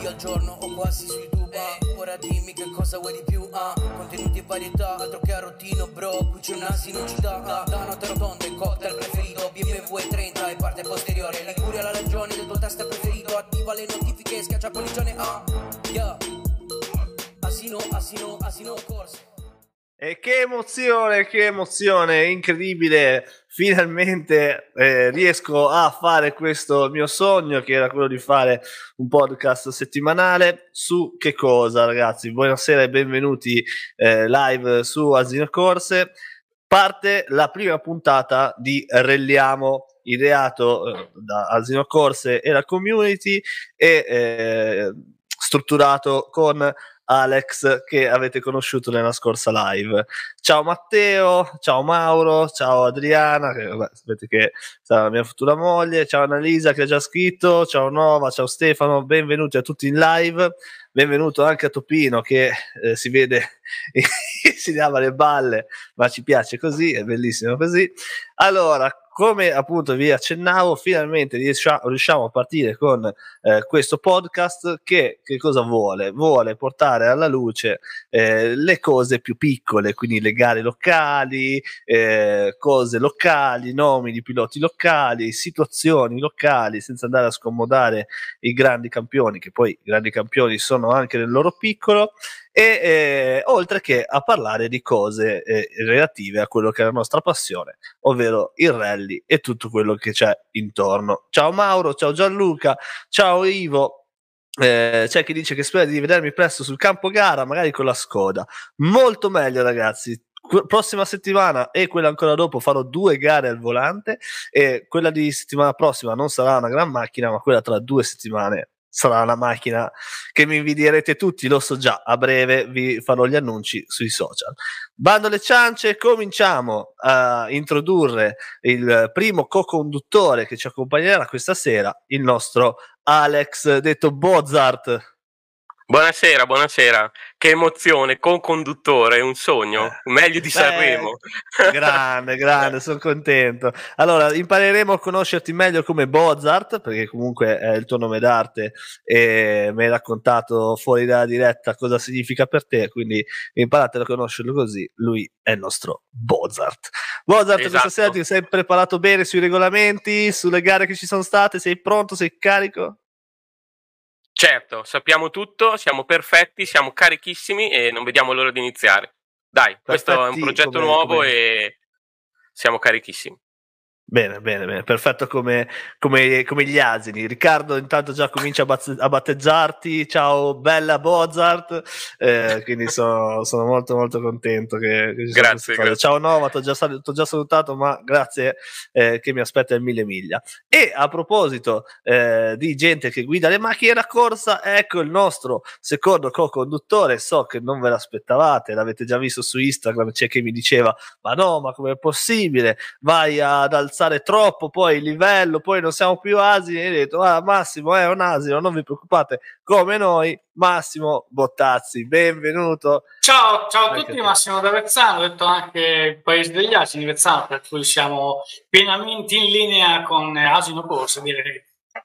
video al giorno o quasi su YouTube. Ora dimmi che cosa vuoi di più. Contenuti e varietà, altro che a rottino, bro. Qui c'è un asino in città. Da notte rotonda, il cocktail preferito, BMW 30 e parte posteriore. Liguria la regione del tuo test preferito. Attiva le notifiche, schiaccia polligione. Yeah. Asino corse. E che emozione, incredibile, finalmente riesco a fare questo mio sogno, che era quello di fare un podcast settimanale. Su che cosa, ragazzi? Buonasera e benvenuti live su Asino Corse. Parte la prima puntata di Relliamo, ideato da Asino Corse e la community e strutturato con Alex, che avete conosciuto nella scorsa live. Ciao Matteo, ciao Mauro, ciao Adriana, che vabbè, sapete che sarà la mia futura moglie, ciao Annalisa che ha già scritto, ciao Nova, ciao Stefano, benvenuti a tutti in live, benvenuto anche a Topino che si vede si lava le balle, ma ci piace così, è bellissimo così. Allora, come appunto vi accennavo, finalmente riusciamo a partire con questo podcast che cosa vuole? Vuole portare alla luce le cose più piccole, quindi le gare locali, cose locali, nomi di piloti locali, situazioni locali, senza andare a scomodare i grandi campioni, che poi i grandi campioni sono anche nel loro piccolo, e oltre che a parlare di cose relative a quello che è la nostra passione, ovvero il rally e tutto quello che c'è intorno. Ciao Mauro, ciao Gianluca, ciao Ivo. C'è chi dice che spera di vedermi presto sul campo gara, magari con la Skoda. Molto meglio, ragazzi. Prossima settimana e quella ancora dopo farò 2 gare al volante, e quella di settimana prossima non sarà una gran macchina, ma quella tra 2 settimane sarà una macchina che mi invidierete tutti, lo so già. A breve vi farò gli annunci sui social. Bando alle ciance, cominciamo a introdurre il primo co-conduttore che ci accompagnerà questa sera, il nostro Alex, detto Bozart. Buonasera, che emozione, con conduttore, un sogno, meglio di Sanremo. Grande, sono contento. Allora, impareremo a conoscerti meglio come Bozart, perché comunque è il tuo nome d'arte e mi hai raccontato fuori dalla diretta cosa significa per te, quindi imparate a conoscerlo così. Lui è il nostro Bozart. Bozart, Esatto. Questa sera ti sei preparato bene sui regolamenti, sulle gare che ci sono state? Sei pronto, sei carico? Certo, sappiamo tutto, siamo perfetti, siamo carichissimi e non vediamo l'ora di iniziare. Dai, questo è un progetto nuovo e siamo carichissimi. Bene, perfetto come gli asini. Riccardo intanto già comincia a batteggiarti, ciao bella Bozart, quindi sono molto molto contento che grazie. Ciao Nova, t'ho già salutato, ma grazie che mi aspetta il 1000 miglia. E a proposito di gente che guida le macchine da corsa, ecco il nostro secondo co-conduttore. So che non ve l'aspettavate, l'avete già visto su Instagram, c'è chi mi diceva ma no, ma com'è possibile, vai ad alzare troppo poi il livello, poi non siamo più asini. E ho detto Massimo è un asino, non vi preoccupate, come noi. Massimo Bottazzi, benvenuto. Ciao a tutti, Massimo da Vezzano, ho detto anche il paese degli asini, Vezzano, per cui siamo pienamente in linea con Asino Corse, direi.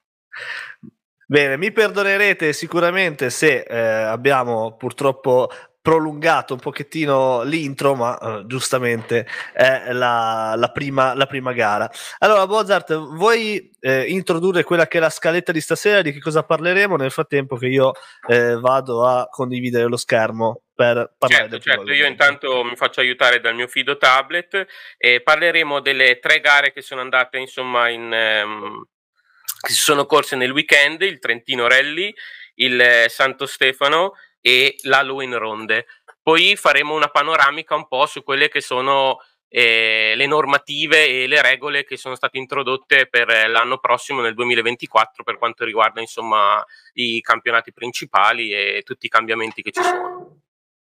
Bene, mi perdonerete sicuramente se abbiamo purtroppo prolungato un pochettino l'intro, ma giustamente è la prima gara. Allora Bozart, vuoi introdurre quella che è la scaletta di stasera, di che cosa parleremo, nel frattempo che io vado a condividere lo schermo per parlare certo, io intanto mi faccio aiutare dal mio fido tablet e parleremo delle 3 gare che sono andate insomma che si sono corse nel weekend: il Trentino Rally, il Santo Stefano e l'Halloween Ronde. Poi faremo una panoramica un po' su quelle che sono le normative e le regole che sono state introdotte per l'anno prossimo, nel 2024, per quanto riguarda insomma i campionati principali e tutti i cambiamenti che ci sono.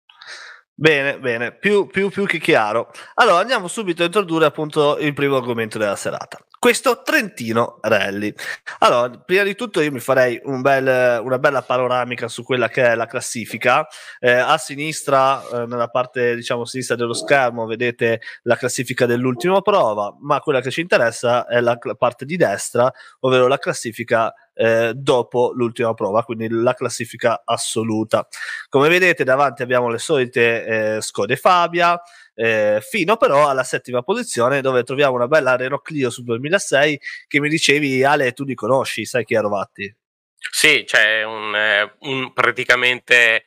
Bene, più che chiaro. Allora andiamo subito a introdurre appunto il primo argomento della serata, questo Trentino Rally. Allora, prima di tutto io mi farei una bella panoramica su quella che è la classifica. A sinistra, nella parte diciamo sinistra dello schermo, vedete la classifica dell'ultima prova, ma quella che ci interessa è la parte di destra, ovvero la classifica dopo l'ultima prova, quindi la classifica assoluta. Come vedete davanti abbiamo le solite Skode Fabia, fino però alla 7ª posizione, dove troviamo una bella Renault Clio Super 1006 che mi dicevi, Ale, tu li conosci, sai chi è Rovatti? Sì, c'è un praticamente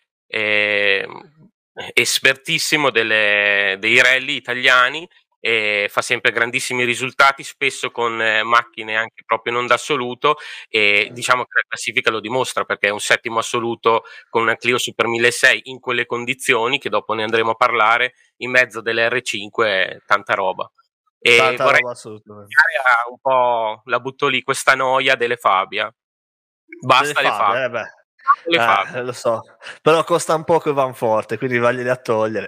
espertissimo dei rally italiani, e fa sempre grandissimi risultati, spesso con macchine anche proprio non d'assoluto, e diciamo che la classifica lo dimostra, perché è un 7° assoluto con una Clio Super 1006 in quelle condizioni, che dopo ne andremo a parlare, in mezzo delle R5, tanta roba. E Tanta vorrei roba, assolutamente. un po', la butto lì, questa noia delle Fabia. Basta le Fabia. Le Fabia. Lo so, però costa un poco e van forte, quindi vaglieli a togliere.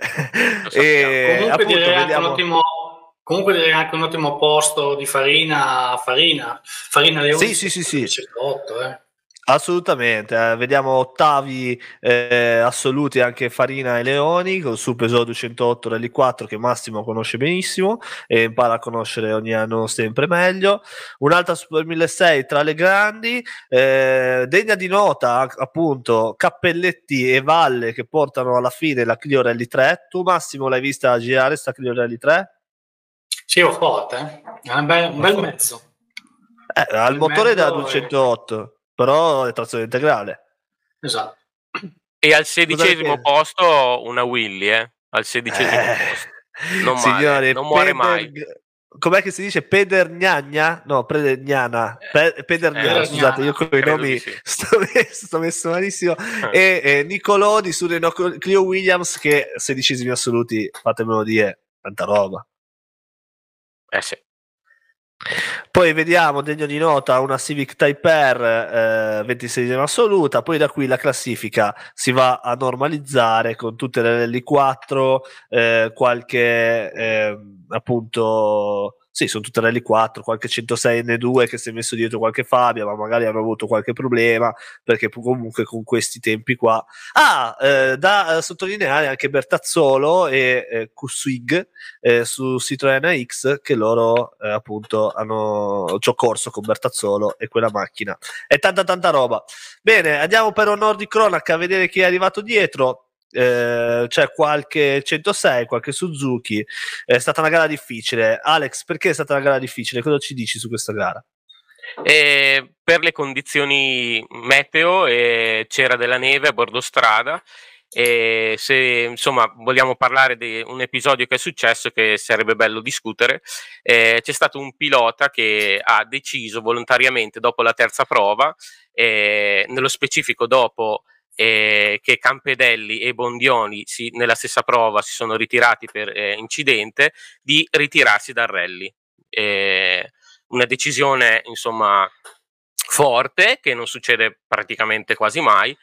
E comunque appunto, direi vediamo... anche un ottimo posto di Farina Leoni, sì. 8, Assolutamente, vediamo ottavi assoluti anche Farina e Leoni con Super Episodio 108 Rally 4 che Massimo conosce benissimo e impara a conoscere ogni anno sempre meglio. Un'altra Super 1006 tra le grandi, degna di nota appunto Cappelletti e Valle che portano alla fine la Clio Rally 3. Tu Massimo l'hai vista girare sta Clio Rally 3? Sì, ho forte, è un bel mezzo. Ha il motore da 208. Però è trazione integrale. Esatto. E al 16° posto una Willy, al 16° posto. Non signore, male, non muore mai. Com'è che si dice? Pedergnagna? No, Pedergnana. Pedergnana, scusate, io con i nomi sì. sto messo malissimo. E Nicolodi su Renault Clio Williams che 16° assoluti, fatemelo dire, tanta roba. Sì. Poi vediamo, degno di nota, una Civic Type R 26esima assoluta. Poi da qui la classifica si va a normalizzare con tutte le L4, qualche appunto sì, sono tutte Rally 4, qualche 106 N2 che si è messo dietro qualche Fabia, ma magari hanno avuto qualche problema, perché comunque con questi tempi qua. Da sottolineare anche Bertazzolo e Kuswig su Citroen AX, che loro appunto ci ho corso con Bertazzolo e quella macchina. È tanta roba. Bene, andiamo per onor di cronaca a vedere chi è arrivato dietro. C'è qualche 106, qualche Suzuki. È stata una gara difficile. Alex, perché è stata una gara difficile? Cosa ci dici su questa gara? Per le condizioni meteo, c'era della neve a bordo strada, e se insomma vogliamo parlare di un episodio che è successo, che sarebbe bello discutere, c'è stato un pilota che ha deciso volontariamente dopo la terza prova, nello specifico dopo che Campedelli e Bondioni nella stessa prova si sono ritirati per incidente, di ritirarsi dal rally. Una decisione insomma forte, che non succede praticamente quasi mai,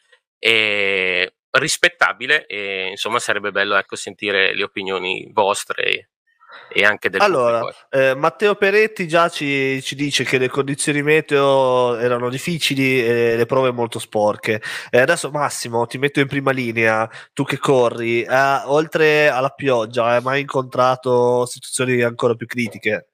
rispettabile, e insomma sarebbe bello sentire le opinioni vostre e anche del pubblico. Matteo Peretti già ci dice che le condizioni meteo erano difficili e le prove molto sporche. Adesso Massimo, ti metto in prima linea, tu che corri, oltre alla pioggia hai mai incontrato situazioni ancora più critiche?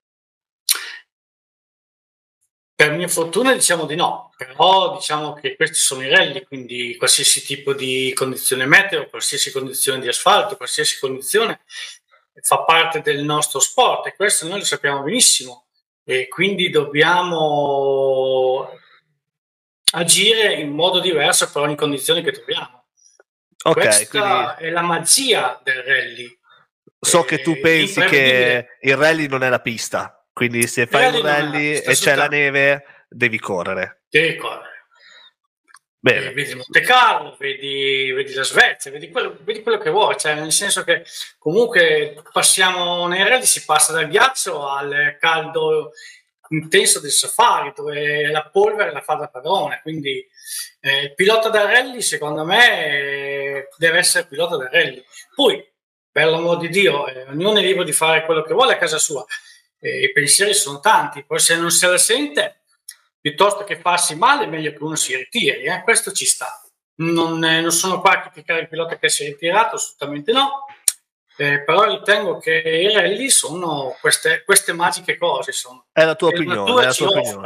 Per mia fortuna diciamo di no, però diciamo che questi sono i rally, quindi qualsiasi tipo di condizione meteo, qualsiasi condizione di asfalto, qualsiasi condizione fa parte del nostro sport, e questo noi lo sappiamo benissimo, e quindi dobbiamo agire in modo diverso per ogni condizione che troviamo. Questa è la magia del rally. So che tu pensi che il rally non è la pista. Quindi se fai un rally e c'è la neve, devi correre. Devi correre. Bene. Vedi Monte Carlo, vedi la Svezia, vedi quello che vuoi. Cioè, nel senso che comunque nei rally si passa dal ghiaccio al caldo intenso del safari, dove la polvere la fa da padrone. Quindi il pilota da rally, secondo me, deve essere pilota da rally. Poi, per l'amor di Dio, ognuno è libero di fare quello che vuole a casa sua. I pensieri sono tanti, poi se non se la sente, piuttosto che farsi male, è meglio che uno si ritiri, questo ci sta. Non sono qua a criticare il pilota che si è ritirato, assolutamente no, però ritengo che i rally sono queste magiche cose. È la tua opinione.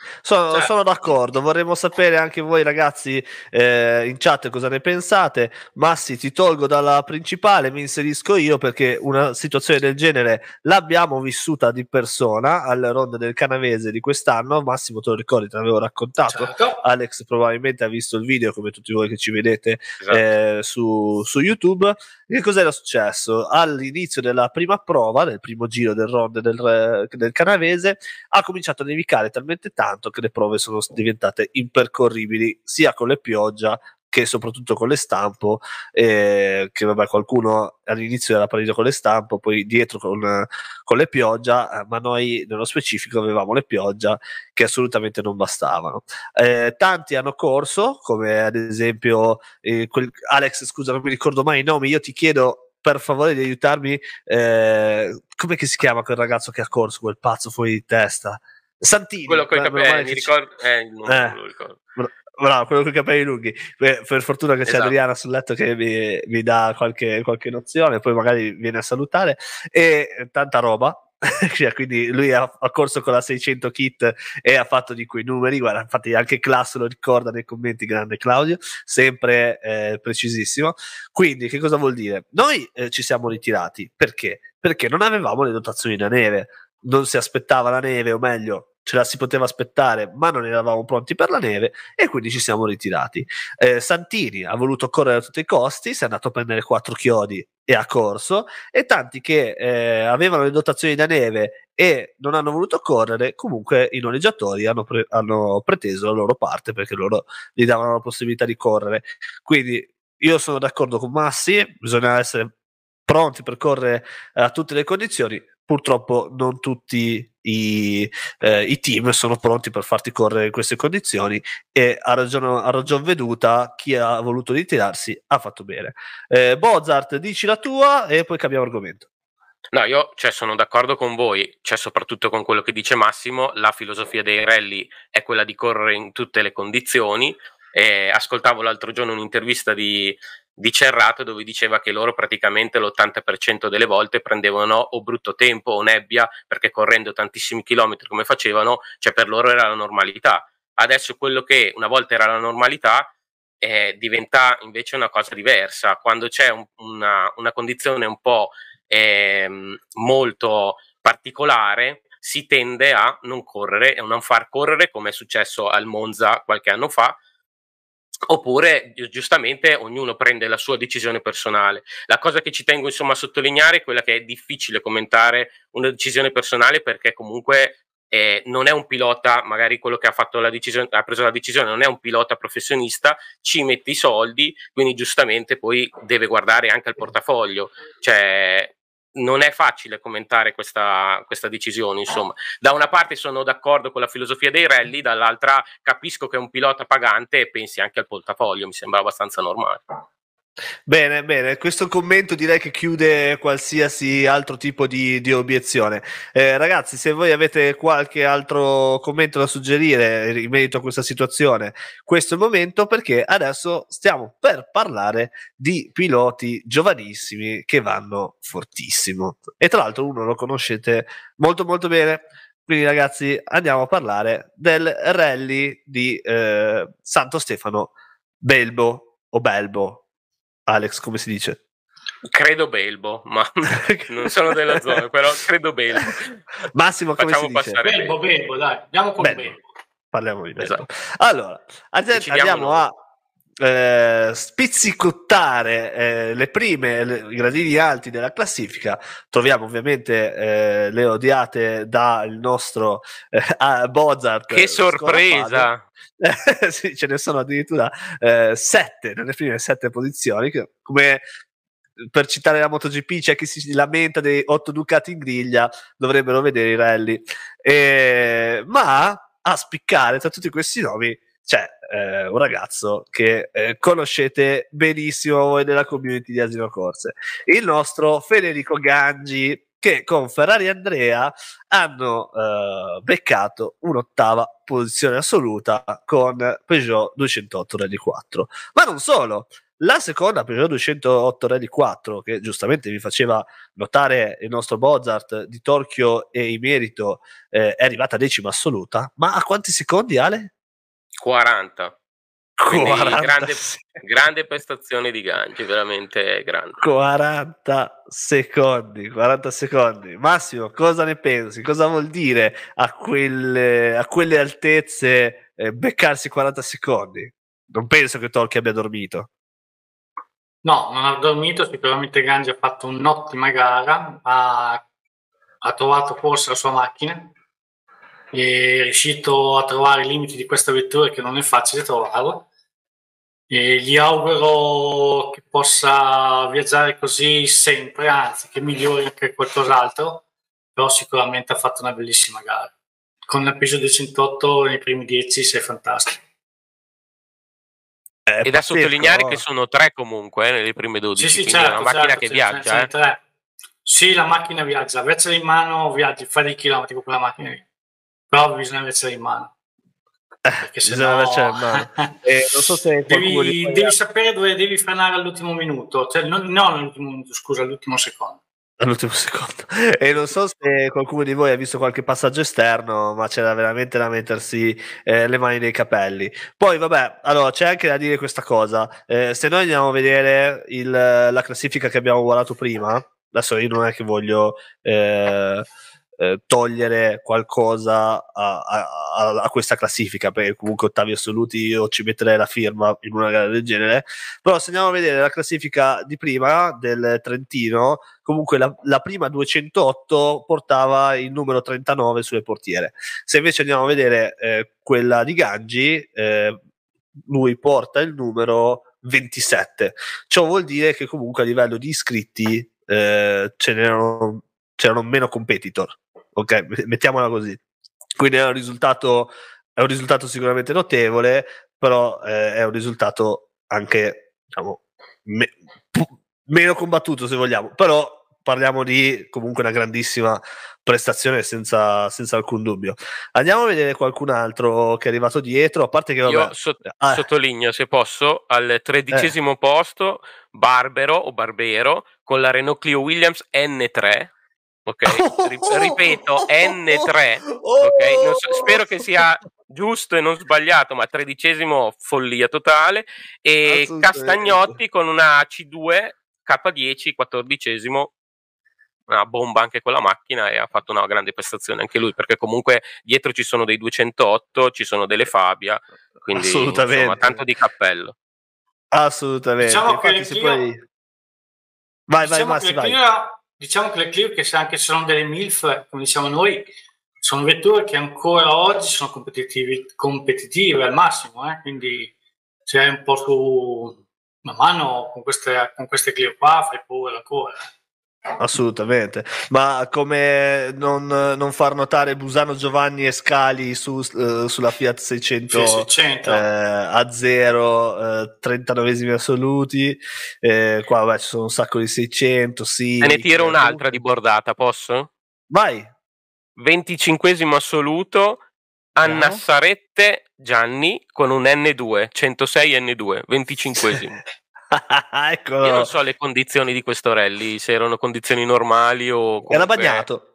Sono d'accordo, vorremmo sapere anche voi ragazzi in chat cosa ne pensate. Massi, ti tolgo dalla principale, mi inserisco io perché una situazione del genere l'abbiamo vissuta di persona al Ronde del Canavese di quest'anno. Massimo, te lo ricordi, te l'avevo raccontato. Certo. Alex probabilmente ha visto il video come tutti voi che ci vedete Esatto. su YouTube. Che cos'era successo? All'inizio della prima prova, del primo giro del Ronde del Canavese, ha cominciato a nevicare talmente tanto che le prove sono diventate impercorribili sia con le pioggia che soprattutto con le stampo, che vabbè, qualcuno all'inizio era partito con le stampo, poi dietro con le pioggia, ma noi nello specifico avevamo le pioggia che assolutamente non bastavano. Tanti hanno corso, come ad esempio Alex, scusa, non mi ricordo mai i nomi, io ti chiedo per favore di aiutarmi, come che si chiama quel ragazzo che ha corso, quel pazzo fuori di testa? Santini. Quello con i capelli, mi ricordo, non lo ricordo. Bravo, quello con i capelli lunghi. Per fortuna che c'è Esatto. Adriana sul letto che mi dà qualche nozione, poi magari viene a salutare. E tanta roba. Quindi lui ha corso con la 600 kit e ha fatto di quei numeri. Guarda, infatti anche Class lo ricorda nei commenti, grande Claudio, sempre precisissimo. Quindi che cosa vuol dire? Noi ci siamo ritirati perché? Perché non avevamo le dotazioni da neve, non si aspettava la neve, o meglio ce la si poteva aspettare, ma non eravamo pronti per la neve e quindi ci siamo ritirati. Santini ha voluto correre a tutti i costi, si è andato a prendere 4 chiodi e ha corso, e tanti che avevano le dotazioni da neve e non hanno voluto correre, comunque i noleggiatori hanno preteso la loro parte perché loro gli davano la possibilità di correre. Quindi io sono d'accordo con Massi, bisogna essere pronti per correre a tutte le condizioni. Purtroppo non tutti i team sono pronti per farti correre in queste condizioni, e a ragion veduta chi ha voluto ritirarsi ha fatto bene. Bozart, dici la tua e poi cambiamo argomento. No, io sono d'accordo con voi, soprattutto con quello che dice Massimo. La filosofia dei rally è quella di correre in tutte le condizioni. Ascoltavo l'altro giorno un'intervista di Cerrato dove diceva che loro praticamente l'80% delle volte prendevano o brutto tempo o nebbia, perché correndo tantissimi chilometri come facevano, per loro era la normalità. Adesso quello che una volta era la normalità diventa invece una cosa diversa. Quando c'è una condizione un po' molto particolare, si tende a non correre e a non far correre, come è successo al Monza qualche anno fa, oppure giustamente ognuno prende la sua decisione personale. La cosa che ci tengo insomma a sottolineare è quella che è difficile commentare una decisione personale, perché comunque non è un pilota, magari quello che ha preso la decisione non è un pilota professionista, ci mette i soldi, quindi giustamente poi deve guardare anche al portafoglio. Non è facile commentare questa decisione, insomma. Da una parte sono d'accordo con la filosofia dei rally, dall'altra capisco che è un pilota pagante e pensi anche al portafoglio, mi sembra abbastanza normale. Bene, questo commento direi che chiude qualsiasi altro tipo di obiezione. Ragazzi, se voi avete qualche altro commento da suggerire in merito a questa situazione, questo è il momento, perché adesso stiamo per parlare di piloti giovanissimi che vanno fortissimo. E tra l'altro uno lo conoscete molto molto bene. Quindi ragazzi, andiamo a parlare del rally di Santo Stefano Belbo o Belbo. Alex, come si dice? Credo Belbo, ma non sono della zona, però credo Belbo. Massimo, come facciamo si dice? passare Belbo, dai, andiamo con Belbo. Parliamo di Belbo. Esatto. Allora, andiamo a spizzicottare i gradini alti della classifica. Troviamo ovviamente le odiate dal nostro Bozart. Che sorpresa! Sì, ce ne sono addirittura 7 nelle prime 7 posizioni, che, come per citare la MotoGP, c'è chi si lamenta dei 8 Ducati in griglia, dovrebbero vedere i rally. Ma a spiccare tra tutti questi nomi c'è un ragazzo che conoscete benissimo voi della community di Asino Corse, il nostro Federico Gangi, che con Ferrari Andrea hanno beccato un'ottava posizione assoluta con Peugeot 208 Rally 4. Ma non solo, La seconda, Peugeot 208 Rally 4, che giustamente vi faceva notare il nostro Mozart di Torchio e Imerito, è arrivata decima assoluta. Ma a quanti secondi, Ale? 40. Quindi 40. grande prestazione di Gangi, veramente grande. 40 secondi. Massimo, cosa ne pensi? Cosa vuol dire a quelle altezze beccarsi 40 secondi? Non penso che Torchi abbia dormito. No, non ha dormito, sicuramente Gangi ha fatto un'ottima gara, ha trovato forse la sua macchina, è riuscito a trovare i limiti di questa vettura che non è facile trovarlo, e gli auguro che possa viaggiare così sempre, anzi che migliori anche qualcos'altro, però sicuramente ha fatto una bellissima gara. Con la Peugeot 208 nei primi 10 sei fantastico. E da sottolineare che sono 3 comunque nelle prime 12, sì, quindi certo, è una macchina certo, che viaggia. Sì, la macchina viaggia, avercela in mano viaggi, fai dei chilometri con quella macchina lì, però bisogna avercela in mano. Perché bisogna avercela in mano. Non so se devi sapere dove devi frenare all'ultimo minuto, cioè non all'ultimo minuto, scusa, all'ultimo secondo. E non so se qualcuno di voi ha visto qualche passaggio esterno, ma c'era veramente da mettersi le mani nei capelli. Poi vabbè, allora c'è anche da dire questa cosa, se noi andiamo a vedere la classifica che abbiamo guardato prima, adesso io non è che voglio togliere qualcosa a questa classifica, perché comunque ottavi assoluti io ci metterei la firma in una gara del genere, però se andiamo a vedere la classifica di prima del Trentino, comunque la prima 208 portava il numero 39 sulle portiere. Se invece andiamo a vedere quella di Gangi, lui porta il numero 27. Ciò vuol dire che comunque a livello di iscritti c'erano meno competitor, ok, mettiamola così. Quindi è un risultato sicuramente notevole, però è un risultato anche, diciamo, meno combattuto, se vogliamo, però parliamo di comunque una grandissima prestazione senza alcun dubbio. Andiamo a vedere qualcun altro che è arrivato dietro, a parte che vabbè, io sottolineo, se posso, al 13° posto Barbero con la Renault Clio Williams N3. Ok, ripeto, N3, ok, spero che sia giusto e non sbagliato, ma 13° follia totale, e Castagnotti con una C2 K10 14°, una bomba anche con la macchina, e ha fatto una grande prestazione anche lui, perché comunque dietro ci sono dei 208, ci sono delle Fabia, quindi insomma tanto di cappello. Assolutamente. Diciamo infatti se poi vai Massi, vai. Diciamo che le Clio, che anche se sono delle MILF, come diciamo noi, sono vetture che ancora oggi sono competitive al massimo, quindi c'è un po' su una mano con queste Clio qua, fai paura ancora. Assolutamente, ma come non far notare Busano, Giovanni e Scali sulla Fiat 600, 600. A 0, 39esimi assoluti, qua vabbè, ci sono un sacco di 600, sì. Te ne tiro un'altra di bordata, posso? Vai. 25° assoluto Anna Sarette Gianni con un N2, 106 N2, 25°. Eccolo. Io non so le condizioni di questo rally, se erano condizioni normali o comunque... Era bagnato.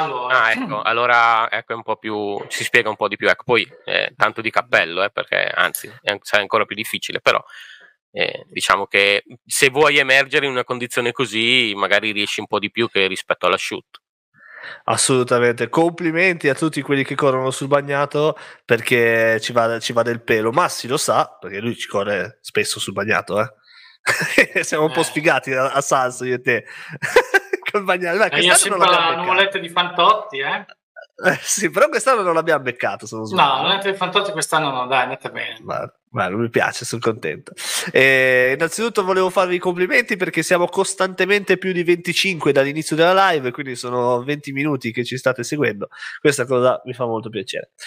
Allora ecco, è un po' più, si spiega un po' di più, ecco, poi tanto di cappello, perché anzi sarà ancora più difficile, però diciamo che se vuoi emergere in una condizione così magari riesci un po' di più che rispetto all'asciutto. Assolutamente, complimenti a tutti quelli che corrono sul bagnato, perché ci va del pelo. Massi lo sa, perché lui ci corre spesso sul bagnato, siamo un po' sfigati a Salso io e te. Col bagnato. Io sempre la nuvoletta di Fantozzi, sì, però quest'anno non l'abbiamo beccato, se non sbaglio. No, la nuvoletta di Fantozzi quest'anno no, dai, è andata bene. Ma mi piace, sono contento. Innanzitutto volevo farvi i complimenti, perché siamo costantemente più di 25 dall'inizio della live, quindi sono 20 minuti che ci state seguendo. Questa cosa mi fa molto piacere.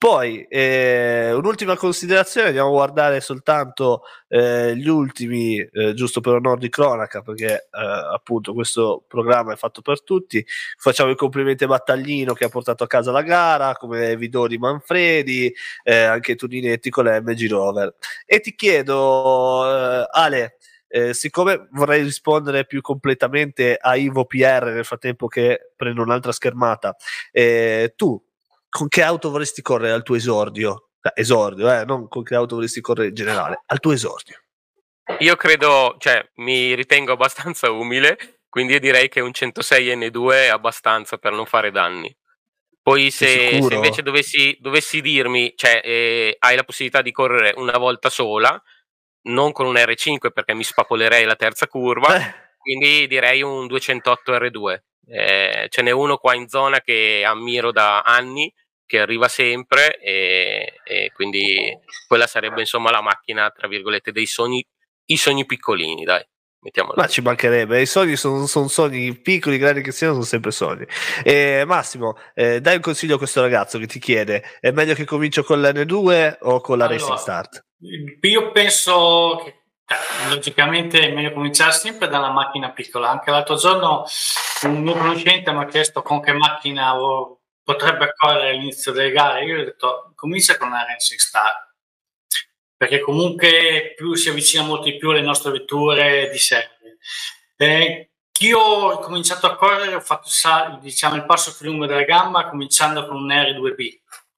Poi un'ultima considerazione, andiamo a guardare soltanto gli ultimi, giusto per onor di cronaca, perché appunto questo programma è fatto per tutti. Facciamo i complimenti a Battaglino che ha portato a casa la gara, come Vidori Manfredi, anche Tuninetti con la MG Rover. E ti chiedo, Ale, siccome vorrei rispondere più completamente a Ivo PR nel frattempo che prendo un'altra schermata, tu con che auto vorresti correre al tuo esordio? Esordio, non con che auto vorresti correre in generale, al tuo esordio. Io credo, cioè, mi ritengo abbastanza umile, quindi io direi che un 106 N2 è abbastanza per non fare danni. Poi se invece dovessi dirmi, cioè, hai la possibilità di correre una volta sola, non con un R5 perché mi spapolerei la terza curva, quindi direi un 208 R2. Ce n'è uno qua in zona che ammiro da anni, che arriva sempre, e quindi quella sarebbe insomma la macchina, tra virgolette, dei sogni, i sogni piccolini, dai. Ma ci mancherebbe, i sogni sono sogni, piccoli, grandi che siano, sono sempre sogni. Massimo, dai un consiglio a questo ragazzo che ti chiede: è meglio che comincio con l'N2 o con la Racing Start? Io penso che logicamente è meglio cominciare sempre dalla macchina piccola. Anche l'altro giorno un mio conoscente mi ha chiesto con che macchina potrebbe correre all'inizio delle gare. Io ho detto comincia con la Racing Start, perché comunque più si avvicina molto di più alle nostre vetture di serie. Io ho cominciato a correre, ho fatto il passo più lungo della gamba cominciando con un R2B,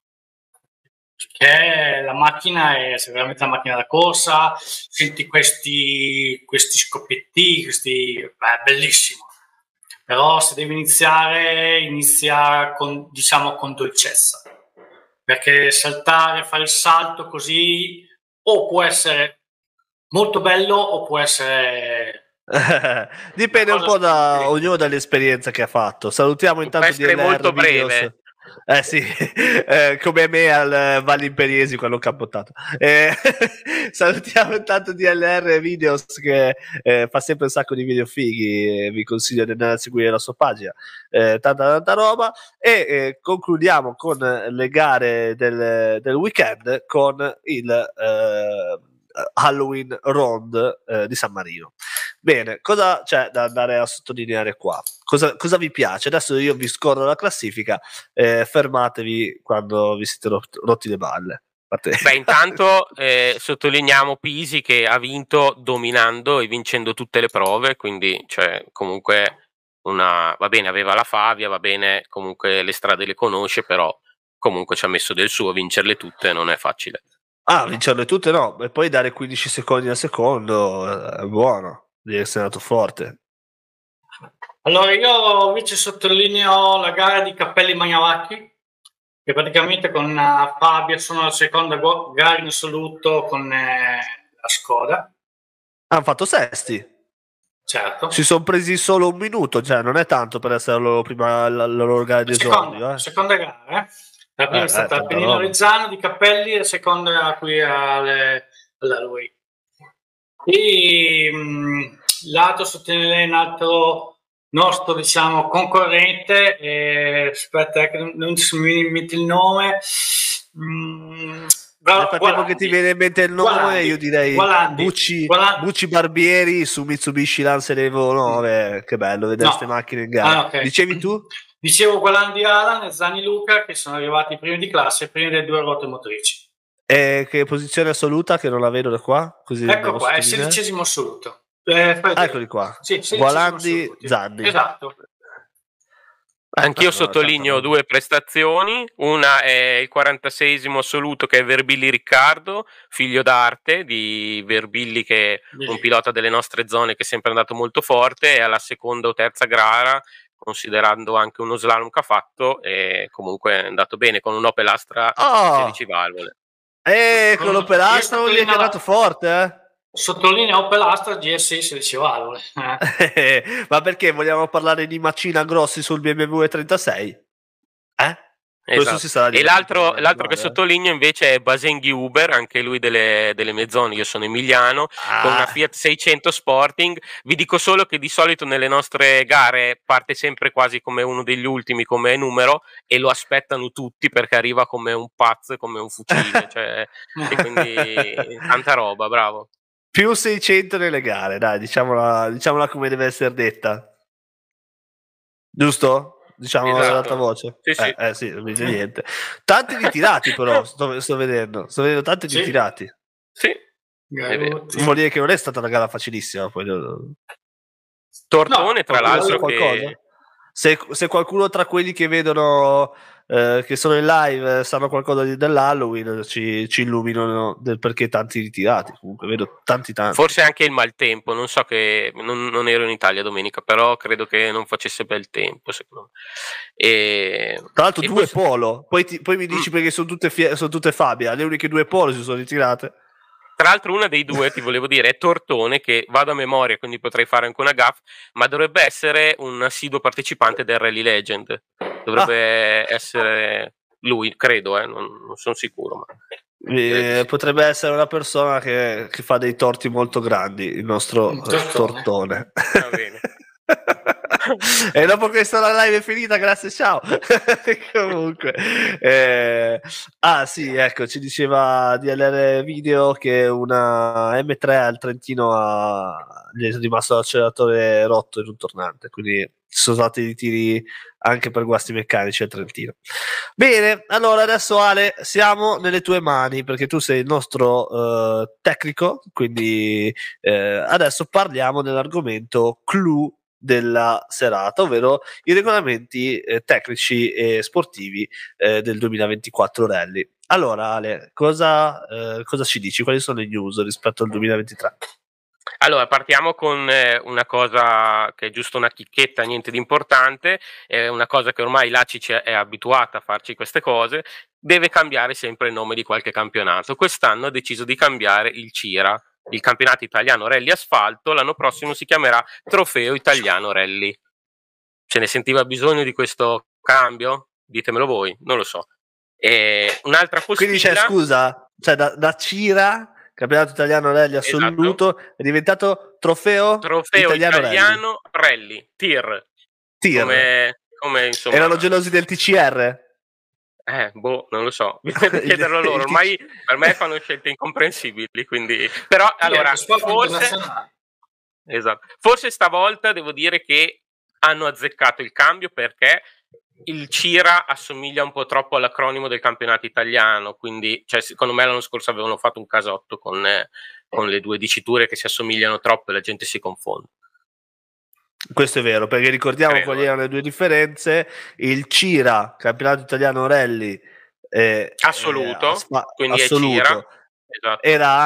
che la macchina è veramente una macchina da corsa, senti questi scoppietti, è bellissimo. Però se devi iniziare, inizia con dolcezza, perché fare il salto così o può essere molto bello o può essere dipende un po' da ognuno dall'esperienza che ha fatto. Salutiamo intanto DLR molto Videos. breve. Sì, come me al Valli Imperiesi quando ho cappottato. Salutiamo intanto DLR Videos che fa sempre un sacco di video fighi, vi consiglio di andare a seguire la sua pagina, tanta roba, e concludiamo con le gare del weekend con il Halloween Round di San Marino. Bene, cosa c'è da andare a sottolineare qua? Cosa vi piace? Adesso io vi scorro la classifica, fermatevi quando vi siete rotti le balle. Beh, intanto sottolineiamo Pisi che ha vinto dominando e vincendo tutte le prove, quindi cioè, comunque va bene, aveva la Favia, va bene, comunque le strade le conosce, però comunque ci ha messo del suo, vincerle tutte non è facile. Vincerle tutte no, e poi dare 15 secondi al secondo è buono, devi essere andato forte. Allora io invece sottolineo la gara di Cappelli Magnavacchi, che praticamente con Fabia sono la seconda gara in assoluto con la Skoda. Hanno fatto sesti. Certo. Si sono presi solo un minuto, cioè non è tanto per essere la loro gara di esordio. Seconda gara, La prima è stata Pennino Rezzano di Cappelli, la seconda qui alla lui. E l'altro sottolineare un altro nostro, diciamo, concorrente, aspetta che non mi mette il nome. Nel frattempo che ti viene in mente il nome, io direi Bucci Barbieri su Mitsubishi Lancer Evo 9. Che bello vedere queste macchine in gara. Okay. Dicevi tu? Dicevo Gualandi Alan e Zani Luca, che sono arrivati primi di classe, primi delle due ruote motrici. E che posizione assoluta, che non la vedo da qua? Così ecco qua, è 16° assoluto. Eccoli qua. Sì, Gualandi, Zanni. Esatto. Anch'io sottolineo due prestazioni, una è il 46esimo assoluto che è Verbilli Riccardo, figlio d'arte di Verbilli che è un pilota delle nostre zone che è sempre andato molto forte, e alla seconda o terza gara, considerando anche uno slalom che ha fatto, e comunque è andato bene con un Opel Astra 16 valvole. Con l'Opel Astra non gli è andato forte, Sottolinea Opel Astra GSI 16 valvole. Ma perché vogliamo parlare di macina grossi sul BMW 36? Esatto. E l'altro che sottolineo invece è Basenghi Uber, anche lui delle Mezzoni, io sono emiliano, con una Fiat 600 Sporting. Vi dico solo che di solito nelle nostre gare parte sempre quasi come uno degli ultimi come numero, e lo aspettano tutti perché arriva come un pazzo, come un fucile, cioè, e quindi tanta roba, bravo. Più 600 nelle gare, dai, diciamola come deve essere detta. Giusto? Diciamo ad alta voce. Sì, non dice niente. Tanti ritirati però, sto vedendo tanti ritirati. Sì. Vuol dire che non è stata una gara facilissima. Poi. Tortone, tra l'altro, che... Se qualcuno tra quelli che vedono che sono in live sanno qualcosa dell'Halloween, ci illuminano del perché tanti ritirati. Comunque vedo tanti. Forse anche il maltempo, non so, che non ero in Italia domenica, però credo che non facesse bel tempo, secondo me. Tra l'altro due polo, poi mi dici perché sono tutte Fabia, le uniche due polo si sono ritirate. Tra l'altro una dei due, ti volevo dire, è Tortone, che vado a memoria, quindi potrei fare anche una gaffe, ma dovrebbe essere un assiduo partecipante del Rally Legend. Dovrebbe essere lui, credo, non sono sicuro. Ma... potrebbe essere una persona che fa dei torti molto grandi, il nostro Tortone. Va bene. E dopo questa la live è finita, grazie, ciao. Comunque sì, ecco, ci diceva DLR Video che una M3 al Trentino gli è rimasto l'acceleratore rotto in un tornante, quindi ci sono stati ritiri anche per guasti meccanici al Trentino. Bene, allora adesso Ale siamo nelle tue mani, perché tu sei il nostro tecnico, quindi adesso parliamo dell'argomento clou della serata, ovvero i regolamenti tecnici e sportivi del 2024 Rally. Allora Ale, cosa ci dici? Quali sono le news rispetto al 2023? Allora, partiamo con una cosa che è giusto una chicchetta, niente di importante, è una cosa che ormai l'ACI è abituata a farci queste cose, deve cambiare sempre il nome di qualche campionato. Quest'anno ha deciso di cambiare il CIRA, il campionato italiano Rally Asfalto, l'anno prossimo si chiamerà Trofeo Italiano Rally. Ce ne sentiva bisogno di questo cambio? Ditemelo voi, non lo so. Un'altra postilla... Quindi c'è, scusa, cioè da CIRA, campionato italiano Rally assoluto, esatto, è diventato Trofeo Italiano Rally. TIR. Come insomma... Erano gelosi del TCR? Non lo so, bisogna chiederlo loro, ormai per me fanno scelte incomprensibili, quindi... Però allora, forse stavolta devo dire che hanno azzeccato il cambio, perché il CIRA assomiglia un po' troppo all'acronimo del campionato italiano, quindi secondo me l'anno scorso avevano fatto un casotto con le due diciture che si assomigliano troppo e la gente si confonde. Questo è vero, perché ricordiamo quali erano le due differenze. Il CIRA, campionato italiano Rally assoluto, quindi assoluto, è CIRA, esatto.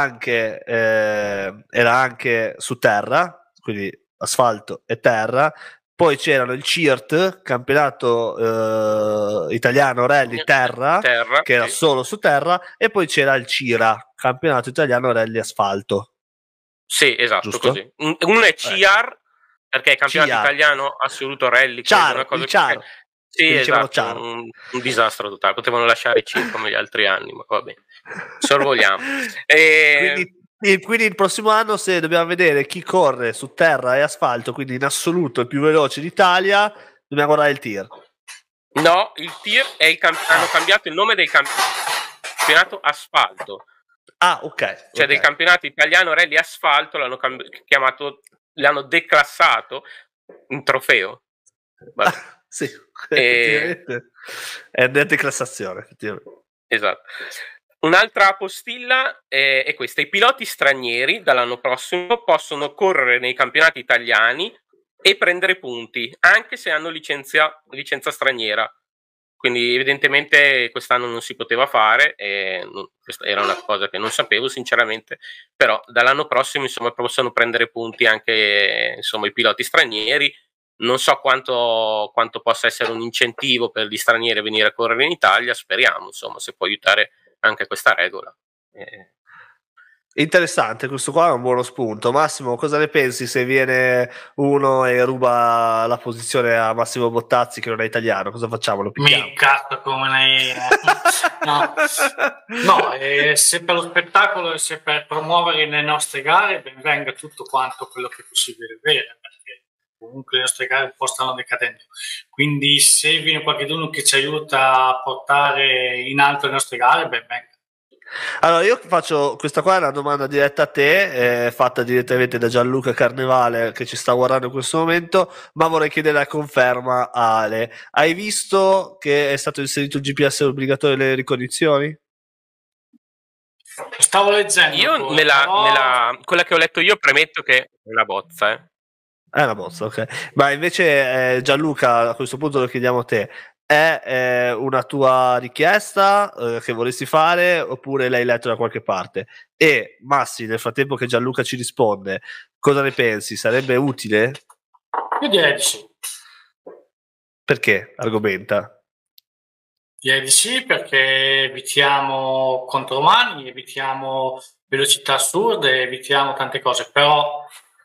era anche su terra, quindi asfalto e terra. Poi c'erano il CIRT, campionato italiano Rally terra che era solo su terra, e poi c'era il CIRA, campionato italiano Rally asfalto. Sì, esatto, giusto? Così. Uno è CIAR, perché è campionato italiano assoluto Rally, una cosa sì, esatto, un disastro totale, potevano lasciare CIR come gli altri anni, ma va bene, sorvoliamo. Quindi il prossimo anno, se dobbiamo vedere chi corre su terra e asfalto, quindi in assoluto il più veloce d'Italia, dobbiamo guardare il TIR. No, il TIR è hanno cambiato il nome del campionato asfalto. Ok. Cioè del campionato italiano Rally Asfalto l'hanno declassato in trofeo. Sì, effettivamente è declassazione, effettivamente. Esatto. Un'altra postilla è questa: i piloti stranieri dall'anno prossimo possono correre nei campionati italiani e prendere punti, anche se hanno licenza straniera. Quindi evidentemente quest'anno non si poteva fare, questa era una cosa che non sapevo sinceramente, però dall'anno prossimo insomma possono prendere punti anche insomma i piloti stranieri. Non so quanto possa essere un incentivo per gli stranieri a venire a correre in Italia, speriamo insomma se può aiutare anche questa regola. Interessante, questo qua è un buono spunto. Massimo, cosa ne pensi se viene uno e ruba la posizione a Massimo Bottazzi che non è italiano? Cosa facciamo? Lo picchiamo? Mi cazzo come lei. No, se per lo spettacolo e se per promuovere le nostre gare, ben venga tutto quanto quello che è possibile avere, perché comunque le nostre gare un po' stanno decadendo. Quindi se viene qualcuno che ci aiuta a portare in alto le nostre gare, ben venga. Allora, io faccio questa qua è una domanda diretta a te, fatta direttamente da Gianluca Carnevale che ci sta guardando in questo momento, ma vorrei chiedere la conferma a Ale. Hai visto che è stato inserito il GPS obbligatorio nelle ricognizioni? Stavo leggendo. Io quella che ho letto io premetto che è una bozza. È una bozza, ok. Ma invece Gianluca, a questo punto lo chiediamo a te. È una tua richiesta che vorresti fare oppure l'hai letto da qualche parte? E Massi, nel frattempo che Gianluca ci risponde, cosa ne pensi? Sarebbe utile? Io direi di sì. Perché? Argomenta. Direi di sì, perché evitiamo contromani, evitiamo velocità assurde, evitiamo tante cose, però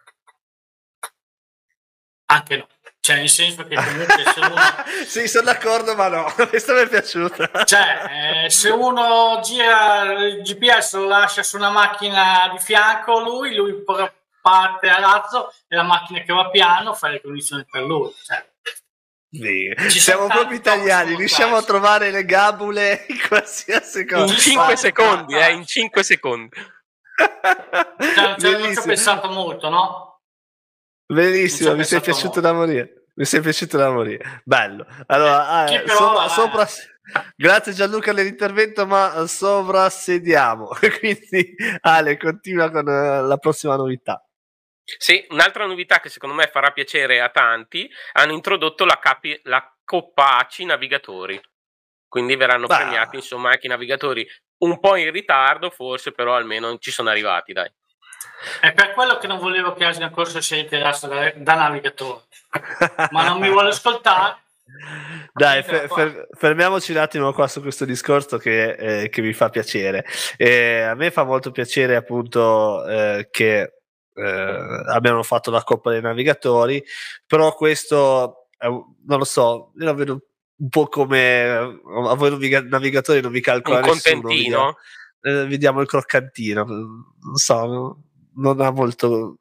anche no. Cioè, nel senso che comunque se uno... Sì, sono d'accordo, ma no, questa mi è piaciuta. Cioè, se uno gira il GPS, lo lascia su una macchina di fianco, lui parte a razzo e la macchina che va piano fa le condizioni per lui. Cioè, siamo proprio italiani, riusciamo a trovare le gabule in qualsiasi cosa. In 5 secondi, in 5 secondi. Cioè, non ci ho pensato molto, no? Bellissimo, mi sei piaciuto da morire. Mi sei piaciuto da morire. Bello. Allora, grazie Gianluca dell'intervento, ma sovrassediamo. Quindi Ale, continua con la prossima novità. Sì, un'altra novità che secondo me farà piacere a tanti, hanno introdotto la Coppa ACI Navigatori. Quindi verranno premiati, insomma, anche i navigatori un po' in ritardo, forse, però almeno ci sono arrivati, dai. È per quello che non volevo che Asina Corso si ritirasse da navigatore, ma non mi vuole ascoltare. Dai, fermiamoci un attimo qua su questo discorso che mi fa piacere. A me fa molto piacere appunto che abbiano fatto la Coppa dei Navigatori, però questo non lo so, io la vedo un po' come a voi navigatori non vi calcola un nessuno, contentino. Vediamo il croccantino, non so, non ha molto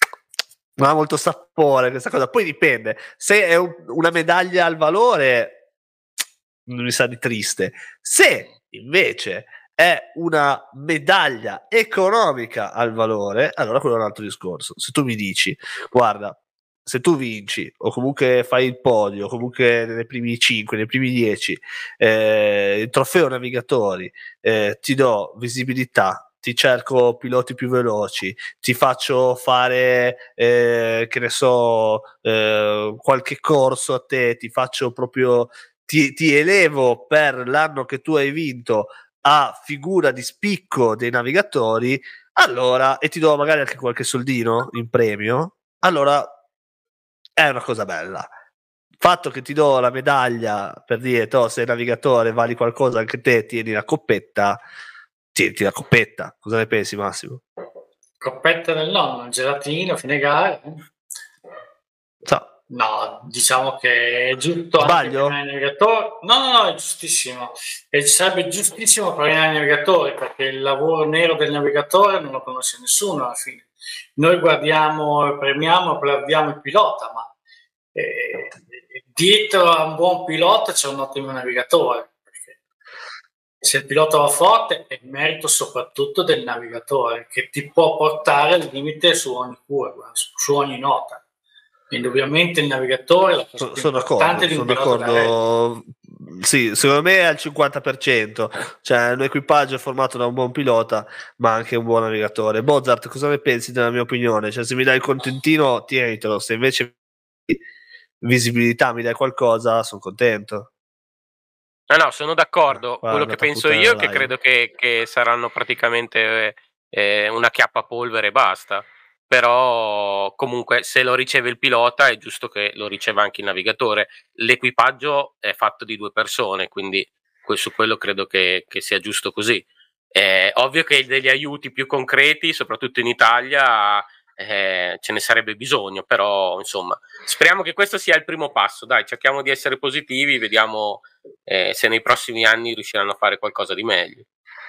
sapore questa cosa. Poi dipende, se è una medaglia al valore mi sa di triste, se invece è una medaglia economica al valore, allora quello è un altro discorso. Se tu mi dici, guarda, se tu vinci o comunque fai il podio, o comunque nei primi 5, nei primi 10 il trofeo navigatori, ti do visibilità, ti cerco piloti più veloci, ti faccio fare che ne so qualche corso a te, ti faccio proprio ti elevo per l'anno che tu hai vinto a figura di spicco dei navigatori, allora, e ti do magari anche qualche soldino in premio, allora è una cosa bella. Il fatto che ti do la medaglia per dire sei navigatore, vali qualcosa, anche te tieni la coppetta, tieni la coppetta. Cosa ne pensi, Massimo? Coppetta del nonno, gelatino, fine gara. No, diciamo che è giusto. Sbaglio? Anche navigatore. No, è giustissimo. E sarebbe giustissimo per i navigatori, perché il lavoro nero del navigatore non lo conosce nessuno alla fine. Noi guardiamo, premiamo, applaudiamo il pilota, ma dietro a un buon pilota c'è un ottimo navigatore. Perché se il pilota va forte è merito soprattutto del navigatore, che ti può portare al limite su ogni curva, su ogni nota. Quindi ovviamente il navigatore è la cosa più importante di un pilota. Sì, secondo me è al 50%, cioè un equipaggio formato da un buon pilota ma anche un buon navigatore. Mozart, cosa ne pensi della mia opinione? Cioè, se mi dai il contentino tienitelo, se invece visibilità mi dai qualcosa sono contento. No, sono d'accordo. Quello che penso io è che credo che saranno praticamente una chiappapolvere e basta. Però comunque se lo riceve il pilota è giusto che lo riceva anche il navigatore. L'equipaggio è fatto di 2 persone, quindi su quello credo che sia giusto così. Ovvio che degli aiuti più concreti, soprattutto in Italia, ce ne sarebbe bisogno, però insomma speriamo che questo sia il primo passo. Dai, cerchiamo di essere positivi, vediamo se nei prossimi anni riusciranno a fare qualcosa di meglio.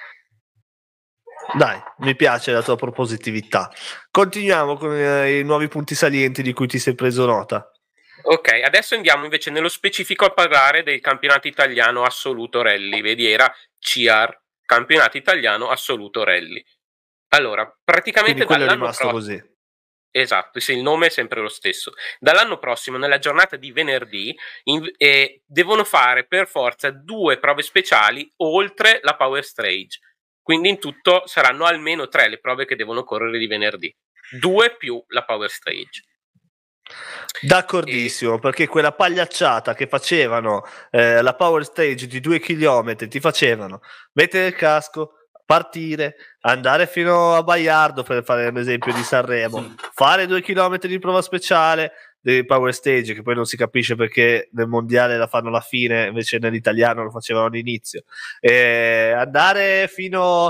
Dai, mi piace la tua propositività. Continuiamo con i nuovi punti salienti di cui ti sei preso nota. Ok, adesso andiamo invece nello specifico a parlare del campionato italiano assoluto rally. Vedi, era CIAR, campionato italiano assoluto rally. Allora, praticamente Quindi quello è dall'anno rimasto prossimo, così. esatto, sì, il nome è sempre lo stesso. Dall'anno prossimo, nella giornata di venerdì, devono fare per forza 2 prove speciali oltre la Power Stage. Quindi in tutto saranno almeno 3 le prove che devono correre di venerdì. 2 più la Power Stage. D'accordissimo, perché quella pagliacciata che facevano la Power Stage di 2 chilometri, ti facevano mettere il casco, partire, andare fino a Baiardo, per fare un esempio di Sanremo, fare 2 chilometri di prova speciale di Power Stage, che poi non si capisce perché nel mondiale la fanno alla fine, invece nell'italiano lo facevano all'inizio, andare fino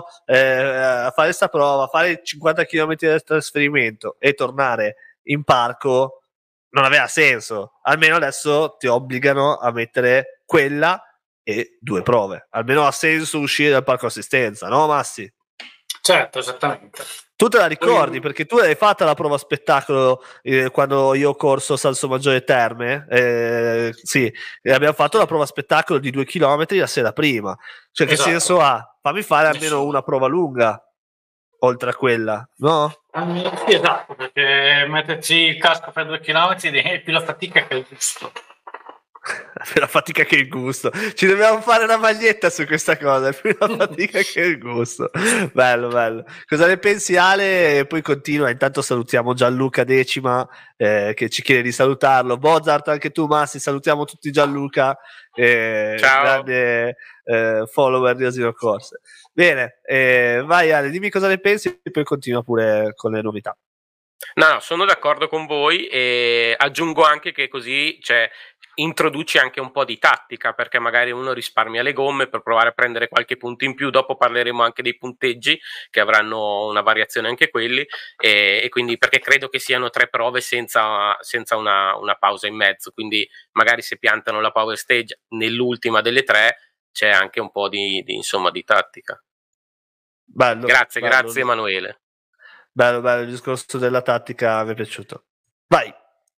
a fare sta prova, fare 50 chilometri di trasferimento e tornare in parco. Non aveva senso. Almeno adesso ti obbligano a mettere quella e 2 prove. Almeno ha senso uscire dal parco assistenza, no Massi? Certo, esattamente. Tu te la ricordi perché tu l'hai fatta la prova spettacolo quando io ho corso Salsomaggiore Terme? Sì, abbiamo fatto la prova spettacolo di 2 chilometri la sera prima. Cioè, che Esatto. senso ha? Fammi fare almeno una prova lunga oltre a quella, no? Sì, esatto, perché metterci il casco per 2 chilometri è più la fatica che il gusto. Per la fatica che il gusto. Ci dobbiamo fare una maglietta su questa cosa. È più la fatica che il gusto. Bello, bello. Cosa ne pensi, Ale? E poi continua. Intanto salutiamo Gianluca Decima che ci chiede di salutarlo. Bozart, anche tu, Massi. Salutiamo tutti Gianluca, Ciao. grande follower di Asino Corse. Bene, vai Ale, dimmi cosa ne pensi e poi continua pure con le novità. No, sono d'accordo con voi e aggiungo anche che così introduci anche un po' di tattica, perché magari uno risparmia le gomme per provare a prendere qualche punto in più. Dopo parleremo anche dei punteggi che avranno una variazione anche quelli, e quindi perché credo che siano 3 prove senza una pausa in mezzo, quindi magari se piantano la Power Stage nell'ultima delle 3 c'è anche un po' di tattica. Bello, Grazie bello. Emanuele. Bello, bello, il discorso della tattica mi è piaciuto. Vai.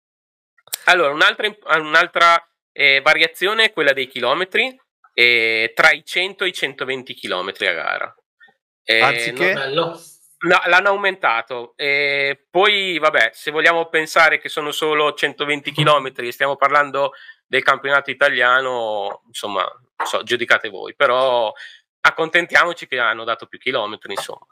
Allora, un'altra variazione è quella dei chilometri, tra i 100 e i 120 chilometri a gara. Anziché? Bello. No, l'hanno aumentato. Poi, vabbè, se vogliamo pensare che sono solo 120 chilometri e stiamo parlando del campionato italiano, insomma, giudicate voi. Però accontentiamoci che hanno dato più chilometri, insomma.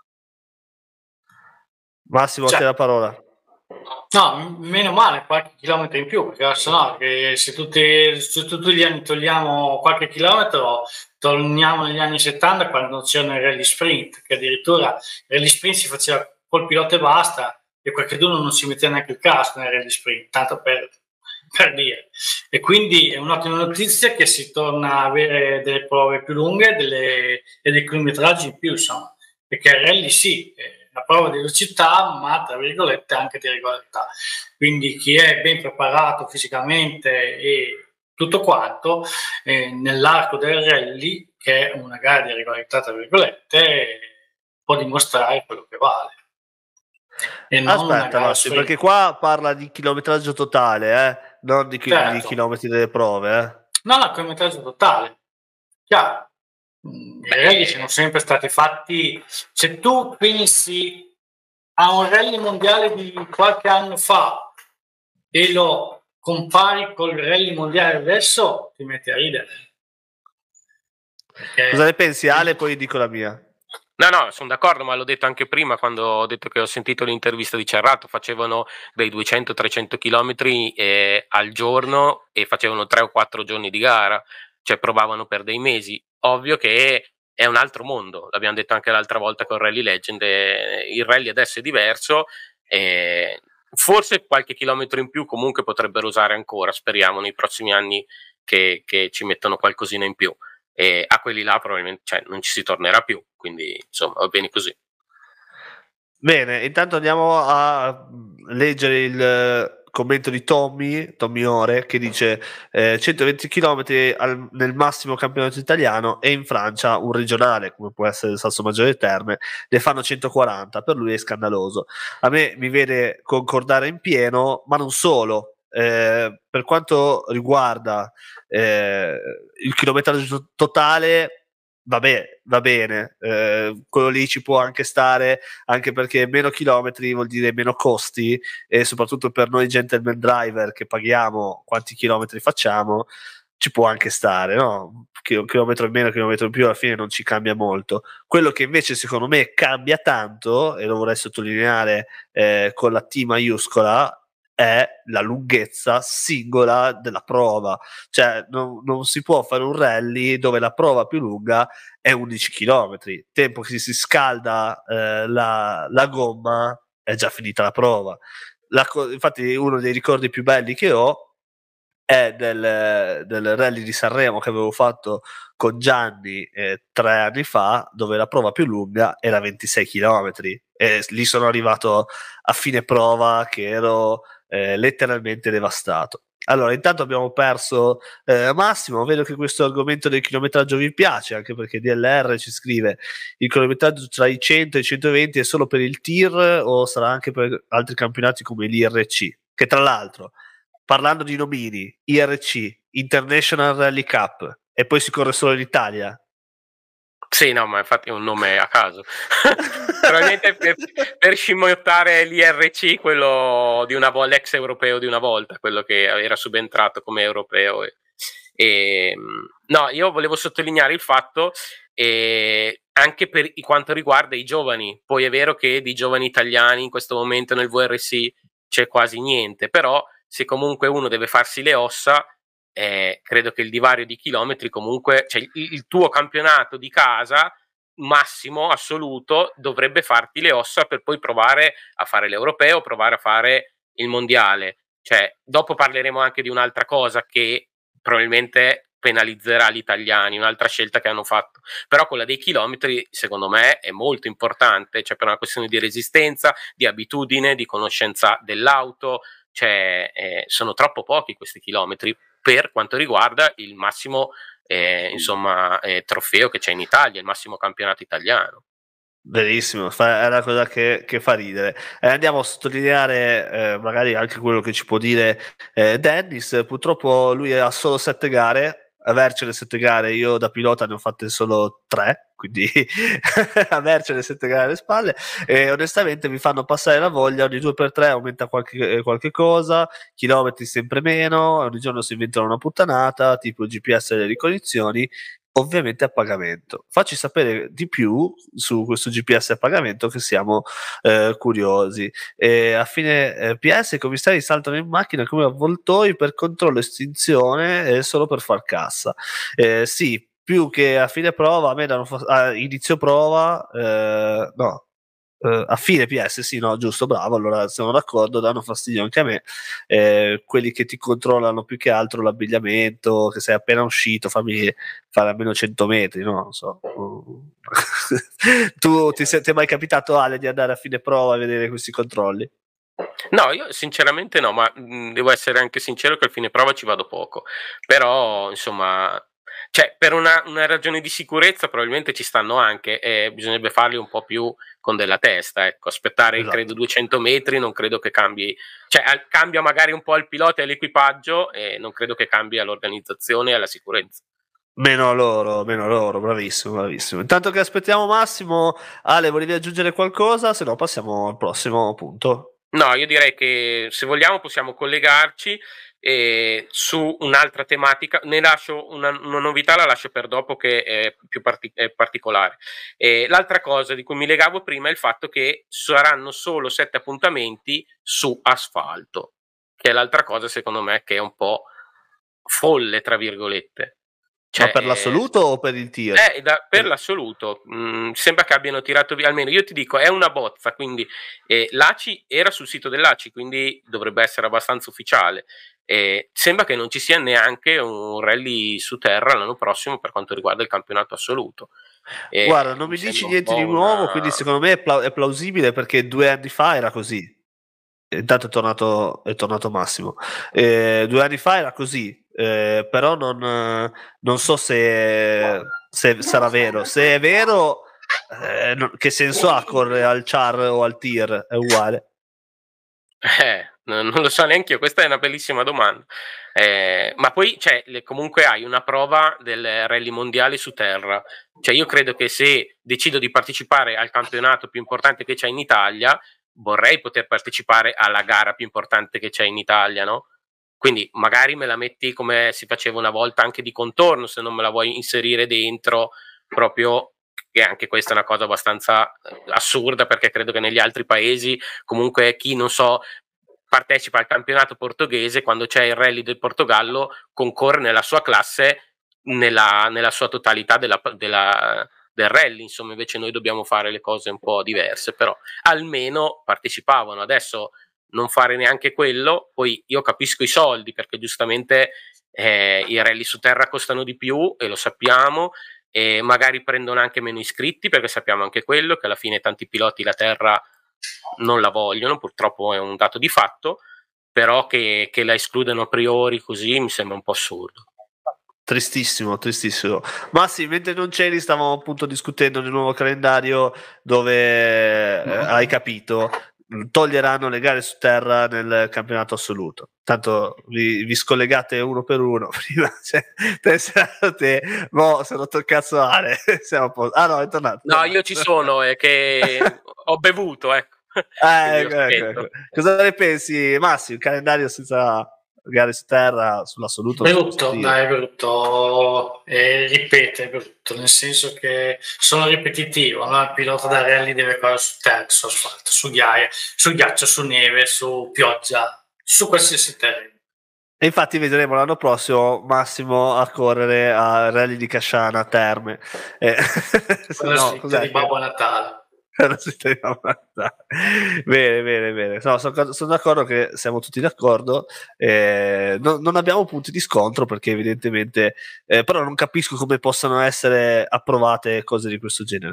Massimo, a te la parola. No, meno male, qualche chilometro in più, perché sennò se tutti gli anni togliamo qualche chilometro, torniamo negli anni 70 quando non c'erano i rally sprint, che addirittura il rally sprint si faceva col pilota e basta, e qualcuno non si metteva neanche il casco nel rally sprint, tanto per dire. E quindi è un'ottima notizia che si torna a avere delle prove più lunghe e dei chilometraggi in più, insomma, perché il rally sì, una prova di velocità, ma tra virgolette anche di regolarità. Quindi chi è ben preparato fisicamente e tutto quanto, nell'arco del rally, che è una gara di regolarità tra virgolette, può dimostrare quello che vale. E non aspetta, Massi, perché qua parla di chilometraggio totale, non di chilometri delle prove. No, chilometraggio totale. Chiaro. I rally sono sempre stati fatti. Se tu pensi a un rally mondiale di qualche anno fa e lo compari col rally mondiale adesso, ti metti a ridere. Cosa ne pensi, Ale? Poi dico la mia. No, sono d'accordo, ma l'ho detto anche prima quando ho detto che ho sentito l'intervista di Cerrato. Facevano dei 200-300 chilometri al giorno e facevano 3 o 4 giorni di gara, cioè provavano per dei mesi. Ovvio che è un altro mondo, l'abbiamo detto anche l'altra volta con Rally Legend, il rally adesso è diverso, forse qualche chilometro in più comunque potrebbero usare ancora, speriamo nei prossimi anni che ci mettano qualcosina in più. e a quelli là probabilmente, cioè, non ci si tornerà più, quindi insomma va bene così. Bene, intanto andiamo a leggere il commento di Tommy Ore, che dice 120 km nel massimo campionato italiano, e in Francia un regionale come può essere il Salso Maggiore Terme ne fanno 140. Per lui è scandaloso. A me mi vede concordare in pieno, ma non solo. Per quanto riguarda il chilometraggio totale, vabbè, va bene, quello lì ci può anche stare, anche perché meno chilometri vuol dire meno costi, e soprattutto per noi gentleman driver che paghiamo quanti chilometri facciamo, ci può anche stare, no? Chilometro in meno, chilometro in più, alla fine non ci cambia molto. Quello che invece secondo me cambia tanto, e lo vorrei sottolineare con la T maiuscola, è la lunghezza singola della prova. Cioè non si può fare un rally dove la prova più lunga è 11 km, tempo che si scalda la gomma, è già finita la prova. Infatti uno dei ricordi più belli che ho è del rally di Sanremo che avevo fatto con Gianni 3 anni fa, dove la prova più lunga era 26 km, e lì sono arrivato a fine prova che ero letteralmente devastato. Allora, intanto abbiamo perso Massimo. Vedo che questo argomento del chilometraggio vi piace, anche perché DLR ci scrive: il chilometraggio tra i 100 e i 120 è solo per il tir o sarà anche per altri campionati come l'IRC? Che tra l'altro, parlando di nomini, IRC, International Rally Cup, e poi si corre solo in Italia. Sì, no, ma infatti è un nome a caso. Probabilmente per scimmiottare l'IRC, quello di una volta, l'ex europeo di una volta, quello che era subentrato come europeo. No, io volevo sottolineare il fatto anche per quanto riguarda i giovani. Poi è vero che di giovani italiani in questo momento nel VRC c'è quasi niente, però se comunque uno deve farsi le ossa, credo che il divario di chilometri comunque, cioè il tuo campionato di casa massimo assoluto dovrebbe farti le ossa per poi provare a fare l'europeo, provare a fare il mondiale. Cioè, dopo parleremo anche di un'altra cosa che probabilmente penalizzerà gli italiani, un'altra scelta che hanno fatto, però quella dei chilometri secondo me è molto importante, cioè per una questione di resistenza, di abitudine, di conoscenza dell'auto, cioè sono troppo pochi questi chilometri per quanto riguarda il massimo trofeo che c'è in Italia, il massimo campionato italiano. Verissimo, è una cosa che fa ridere. Andiamo a sottolineare magari anche quello che ci può dire Dennis. Purtroppo lui ha solo 7 gare. Avercene 7 gare, io da pilota ne ho fatte solo 3, quindi avercene 7 gare alle spalle, e onestamente mi fanno passare la voglia. Ogni 2x3 aumenta qualche cosa, chilometri sempre meno, ogni giorno si inventano una puttanata, tipo il GPS e le ricognizioni, ovviamente a pagamento. Facci sapere di più su questo GPS a pagamento, che siamo curiosi. A fine PS i commissari saltano in macchina come avvoltoi per controllo e estinzione, solo per far cassa. Sì, più che a fine prova, a me danno a inizio prova, no, a fine PS, sì, no, giusto, bravo, allora siamo d'accordo, danno fastidio anche a me, quelli che ti controllano più che altro l'abbigliamento, che sei appena uscito, fammi fare almeno 100 metri, no? Non so. Tu ti è mai capitato, Ale, di andare a fine prova a vedere questi controlli? No, io sinceramente no, ma devo essere anche sincero che al fine prova ci vado poco, però insomma, cioè per una ragione di sicurezza probabilmente ci stanno anche, bisognerebbe farli un po' più con della testa, ecco, aspettare esatto. Credo 200 metri, non credo che cambi, cioè cambia magari un po' al pilota e all'equipaggio, e non credo che cambi all'organizzazione e alla sicurezza. Meno loro, bravissimo. Intanto che aspettiamo Massimo, Ale, volevi aggiungere qualcosa? Se no passiamo al prossimo punto. No, io direi che se vogliamo possiamo collegarci su un'altra tematica. Ne lascio una novità, la lascio per dopo, che è più particolare. L'altra cosa di cui mi legavo prima è il fatto che saranno solo 7 appuntamenti su asfalto, che è l'altra cosa secondo me che è un po' folle, tra virgolette. Cioè, ma per l'assoluto o per il tir? Per l'assoluto. Sembra che abbiano tirato via, almeno io ti dico, è una bozza, quindi l'ACI era sul sito dell'ACI, quindi dovrebbe essere abbastanza ufficiale. E sembra che non ci sia neanche un rally su terra l'anno prossimo per quanto riguarda il campionato assoluto. Guarda, non mi dici niente di nuovo, quindi secondo me è plausibile, perché 2 anni fa era così. Intanto è tornato Massimo. 2 anni fa era così, però non so se sarà vero. Se è vero, che senso ha correre al Char o al Tir? È uguale. Non lo so neanche io, questa è una bellissima domanda. Ma poi comunque hai una prova del rally mondiale su terra. Cioè, io credo che se decido di partecipare al campionato più importante che c'è in Italia, vorrei poter partecipare alla gara più importante che c'è in Italia, no? Quindi magari me la metti come si faceva una volta anche di contorno, se non me la vuoi inserire dentro, proprio, che anche questa è una cosa abbastanza assurda, perché credo che negli altri paesi comunque chi, non so, partecipa al campionato portoghese, quando c'è il rally del Portogallo concorre nella sua classe nella sua totalità del rally. Insomma, invece noi dobbiamo fare le cose un po' diverse, però almeno partecipavano. Adesso non fare neanche quello, poi io capisco i soldi, perché giustamente i rally su terra costano di più e lo sappiamo, e magari prendono anche meno iscritti, perché sappiamo anche quello, che alla fine tanti piloti la terra non la vogliono, purtroppo è un dato di fatto, però che la escludano a priori così mi sembra un po' assurdo. Tristissimo. Ma sì, mentre non c'eri stavamo appunto discutendo del nuovo calendario, dove hai capito, toglieranno le gare su terra nel campionato assoluto. Tanto vi scollegate uno per uno. Prima pensato te, boh, se rotto il cazzo Ale. Siamo a posto. Ah no, è tornato. No, io ci sono, è che ho bevuto, ecco. Ecco. Cosa ne pensi, Massi? Un calendario senza gare su terra sull'assoluto? Brutto, dai, è brutto. Ripete, è brutto, nel senso che sono ripetitivo, no? Il pilota da rally deve correre su terra, su asfalto, su ghiaccio, su neve, su pioggia, su qualsiasi terreno. E infatti vedremo l'anno prossimo Massimo a correre a Rally di Casciana Terme. Di Babbo Natale. Bene. No, sono d'accordo, che siamo tutti d'accordo. Non abbiamo punti di scontro, perché evidentemente però non capisco come possano essere approvate cose di questo genere.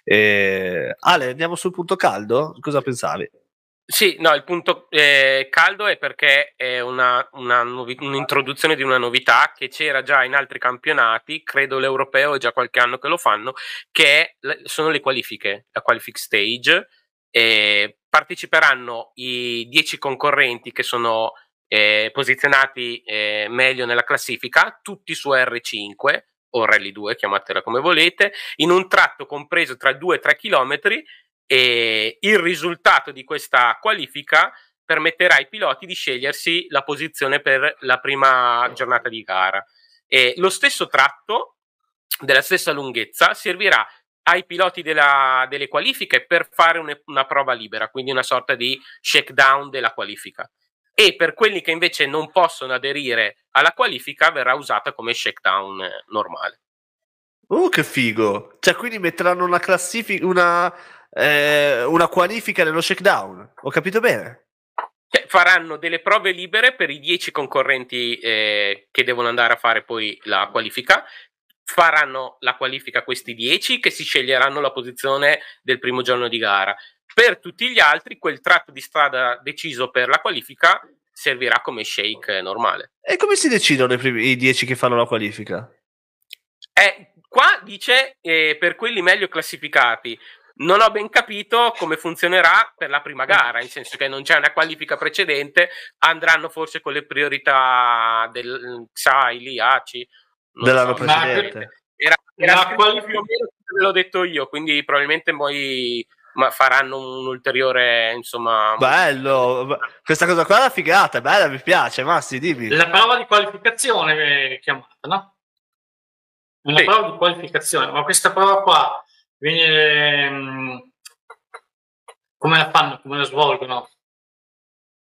Ale, andiamo sul punto caldo? Cosa pensavi? Sì, no, il punto caldo è perché è un'introduzione di una novità che c'era già in altri campionati, credo l'europeo è già qualche anno che lo fanno, che sono le qualifiche, la qualific stage. Parteciperanno i 10 concorrenti che sono posizionati meglio nella classifica, tutti su R5 o Rally 2, chiamatela come volete, in un tratto compreso tra 2 e 3 chilometri. E il risultato di questa qualifica permetterà ai piloti di scegliersi la posizione per la prima giornata di gara. E lo stesso tratto, della stessa lunghezza, servirà ai piloti delle qualifiche per fare una prova libera, quindi una sorta di shakedown della qualifica. E per quelli che invece non possono aderire alla qualifica verrà usata come shakedown normale. Che figo! Cioè, quindi metteranno una classifica, una qualifica nello shakedown. Ho capito bene? Faranno delle prove libere per i 10 concorrenti che devono andare a fare poi la qualifica. Faranno la qualifica questi 10 che si sceglieranno la posizione del primo giorno di gara. Per tutti gli altri, quel tratto di strada deciso per la qualifica servirà come shake normale. E come si decidono i 10 che fanno la qualifica? Qua dice per quelli meglio classificati. Non ho ben capito come funzionerà per la prima gara, nel senso che non c'è una qualifica precedente, andranno forse con le priorità del XAI, l'IACI dell'anno precedente. Era qualifica, ve l'ho detto io, quindi probabilmente poi faranno un ulteriore, insomma. Bello, questa cosa qua è una figata, è bella, mi piace. Massi, dimmi. La prova di qualificazione è chiamata, no? Una prova di qualificazione, ma questa prova qua viene, come la fanno, come la svolgono?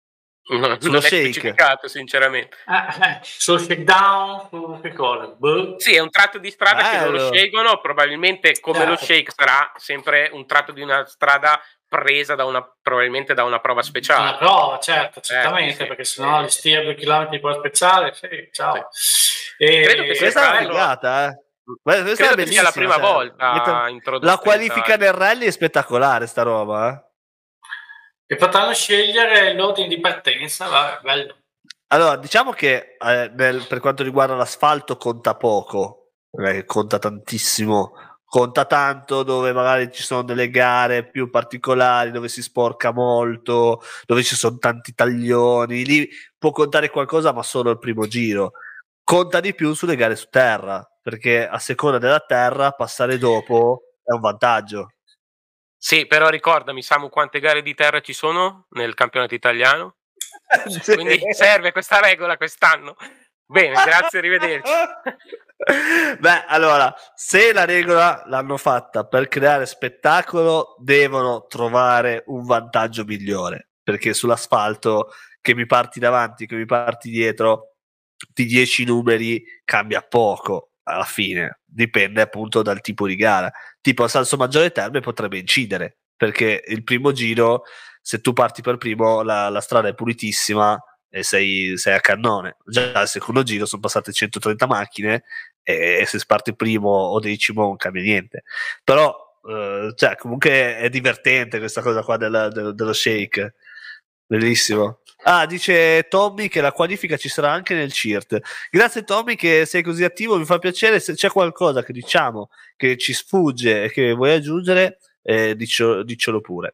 non è specificato sinceramente. Sul shakedown, su che cosa? Sì, è un tratto di strada che loro scelgono, probabilmente come lo shake sarà sempre un tratto di una strada presa probabilmente da una prova speciale. Una prova, certo, certamente, perché sennò li stia 2 chilometri di prova speciale, ciao. Sì. Credo che questa è una figata, Credo che sia la prima volta la qualifica del rally è spettacolare sta roba, E potranno scegliere l'ordine di partenza, vabbè, bello. Allora, diciamo che per quanto riguarda l'asfalto conta poco, conta tantissimo, conta tanto dove magari ci sono delle gare più particolari, dove si sporca molto, dove ci sono tanti taglioni, lì può contare qualcosa ma solo il primo giro. Conta di più sulle gare su terra, perché a seconda della terra passare dopo è un vantaggio. Sì, però ricordami, Samu, quante gare di terra ci sono nel campionato italiano? Quindi serve questa regola quest'anno. Bene, grazie, arrivederci. Beh, allora, se la regola l'hanno fatta per creare spettacolo, devono trovare un vantaggio migliore, perché sull'asfalto che mi parti davanti, che mi parti dietro, di 10 numeri cambia poco alla fine, dipende appunto dal tipo di gara. Tipo a Salso Maggiore Terme potrebbe incidere, perché il primo giro, se tu parti per primo, la strada è pulitissima e sei a cannone. Già al secondo giro sono passate 130 macchine e se parti primo o decimo non cambia niente. Però cioè, comunque è divertente questa cosa qua dello shake, bellissimo. Dice Tommy che la qualifica ci sarà anche nel CIRT. Grazie Tommy che sei così attivo, mi fa piacere. Se c'è qualcosa che diciamo che ci sfugge e che vuoi aggiungere, diccelo pure.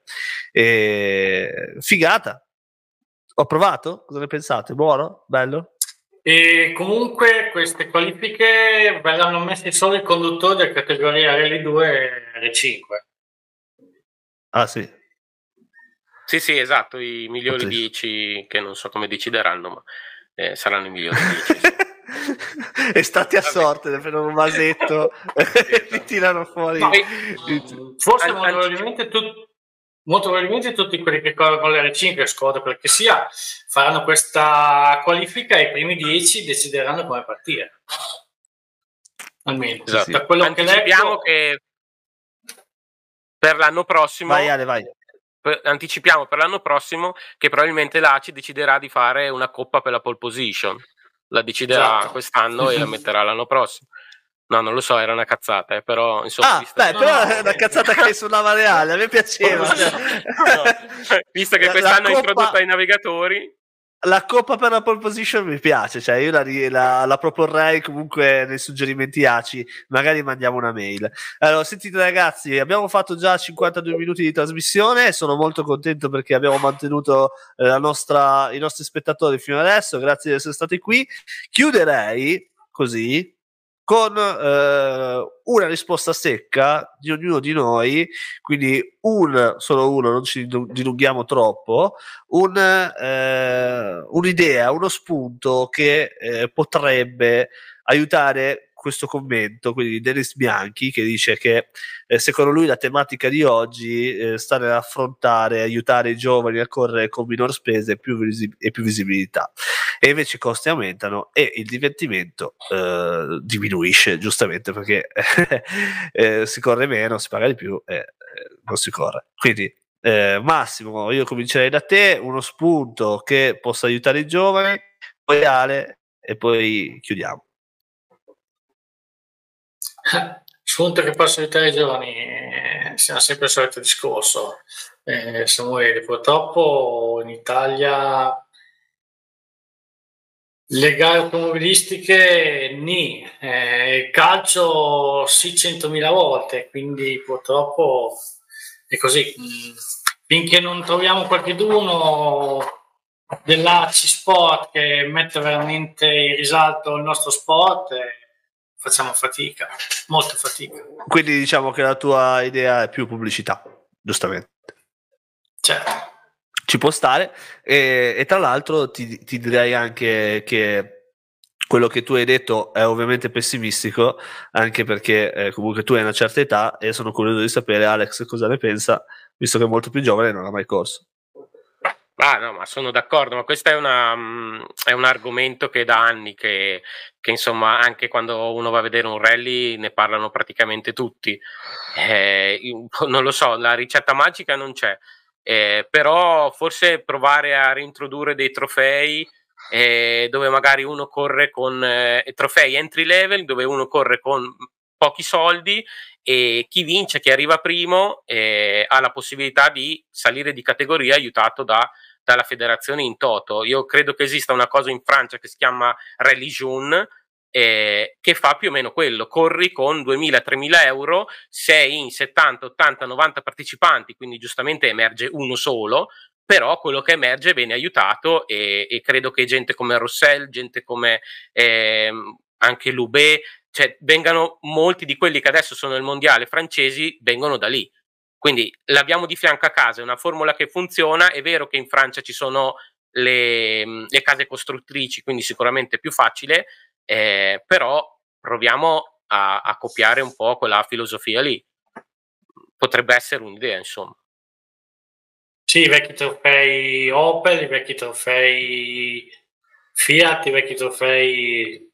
Figata, ho provato, cosa ne pensate? Buono? Bello? E comunque queste qualifiche verranno messe solo i conduttori della categoria Rally 2 e R5. Ah sì. Sì, esatto, i migliori 10 che non so come decideranno, ma saranno i migliori 10. E stati a sorte per un vasetto e ti tirano fuori. No, forse molto probabilmente tutti quelli che corrono con l'R5, Skoda, perché sia, faranno questa qualifica e i primi 10 decideranno come partire. Almeno. Esatto. Da quello anticipiamo che per l'anno prossimo vai. Anticipiamo per l'anno prossimo che probabilmente l'ACI deciderà di fare una coppa per la pole position. La deciderà quest'anno e la metterà l'anno prossimo. No, non lo so, era una cazzata, però insomma. Però è una cazzata che suonava reale, a me piaceva. Visto che quest'anno è introdotta ai navigatori. La coppa per la pole position mi piace, cioè io la proporrei comunque nei suggerimenti ACI, magari mandiamo una mail. Allora, sentite ragazzi, abbiamo fatto già 52 minuti di trasmissione, sono molto contento perché abbiamo mantenuto i nostri spettatori fino adesso, grazie di essere stati qui. Chiuderei così con una risposta secca di ognuno di noi, quindi solo uno, non ci dilunghiamo troppo, un'idea, uno spunto che potrebbe aiutare questo commento, quindi Dennis Bianchi, che dice che secondo lui la tematica di oggi sta nell'affrontare, aiutare i giovani a correre con minor spese e più visibilità, e invece i costi aumentano e il divertimento diminuisce, giustamente perché si corre meno, si paga di più e non si corre. Quindi Massimo, io comincerei da te, uno spunto che possa aiutare i giovani, poi Ale e poi chiudiamo. Spunto che possa aiutare i giovani, siamo sempre il solito discorso, Samuele. Purtroppo in Italia le gare automobilistiche il calcio sì 100.000 volte, quindi purtroppo è così. Finché non troviamo qualcuno dell'ACI Sport che mette veramente in risalto il nostro sport, facciamo fatica, molta fatica. Quindi diciamo che la tua idea è più pubblicità, giustamente. Certo. Ci può stare, e tra l'altro ti direi anche che quello che tu hai detto è ovviamente pessimistico, anche perché comunque tu hai una certa età e sono curioso di sapere Alex cosa ne pensa, visto che è molto più giovane e non ha mai corso. No, ma sono d'accordo, ma questo è un argomento che da anni che insomma anche quando uno va a vedere un rally ne parlano praticamente tutti. Non lo so, la ricetta magica non c'è, però forse provare a reintrodurre dei trofei dove magari uno corre con trofei entry level, dove uno corre con pochi soldi e chi vince, chi arriva primo, ha la possibilità di salire di categoria aiutato dalla federazione in toto. Io credo che esista una cosa in Francia che si chiama Rallye Jaune, che fa più o meno quello: corri con 2.000-3.000 euro, sei in 70, 80, 90 partecipanti, quindi giustamente emerge uno solo, però quello che emerge viene aiutato e credo che gente come Rossell, gente come anche Loubet, cioè vengano molti di quelli che adesso sono nel mondiale francesi, vengono da lì. Quindi l'abbiamo di fianco a casa, è una formula che funziona. È vero che in Francia ci sono le case costruttrici, quindi sicuramente è più facile, però proviamo a copiare un po' quella filosofia lì. Potrebbe essere un'idea, insomma. Sì, i vecchi trofei Opel, i vecchi trofei Fiat, i vecchi trofei,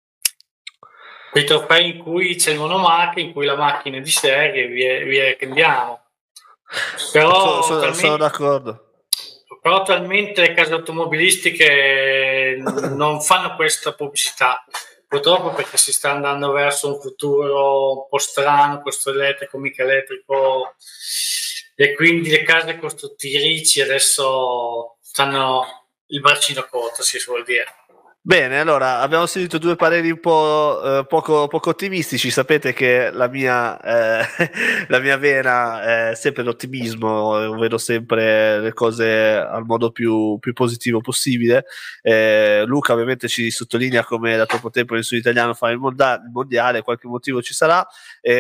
quei trofei in cui c'è il monomarca, in cui la macchina è di serie e via che andiamo. Però sono d'accordo. Però attualmente le case automobilistiche non fanno questa pubblicità, purtroppo, perché si sta andando verso un futuro un po' strano, questo elettrico, mica elettrico, e quindi le case costruttrici adesso stanno il bacino corto, si suol dire. Bene, allora abbiamo sentito due pareri un po' poco ottimistici. Sapete che la mia vena è sempre l'ottimismo, vedo sempre le cose al modo più positivo possibile. Luca ovviamente ci sottolinea come da troppo tempo nessuno italiano fa il mondiale, qualche motivo ci sarà.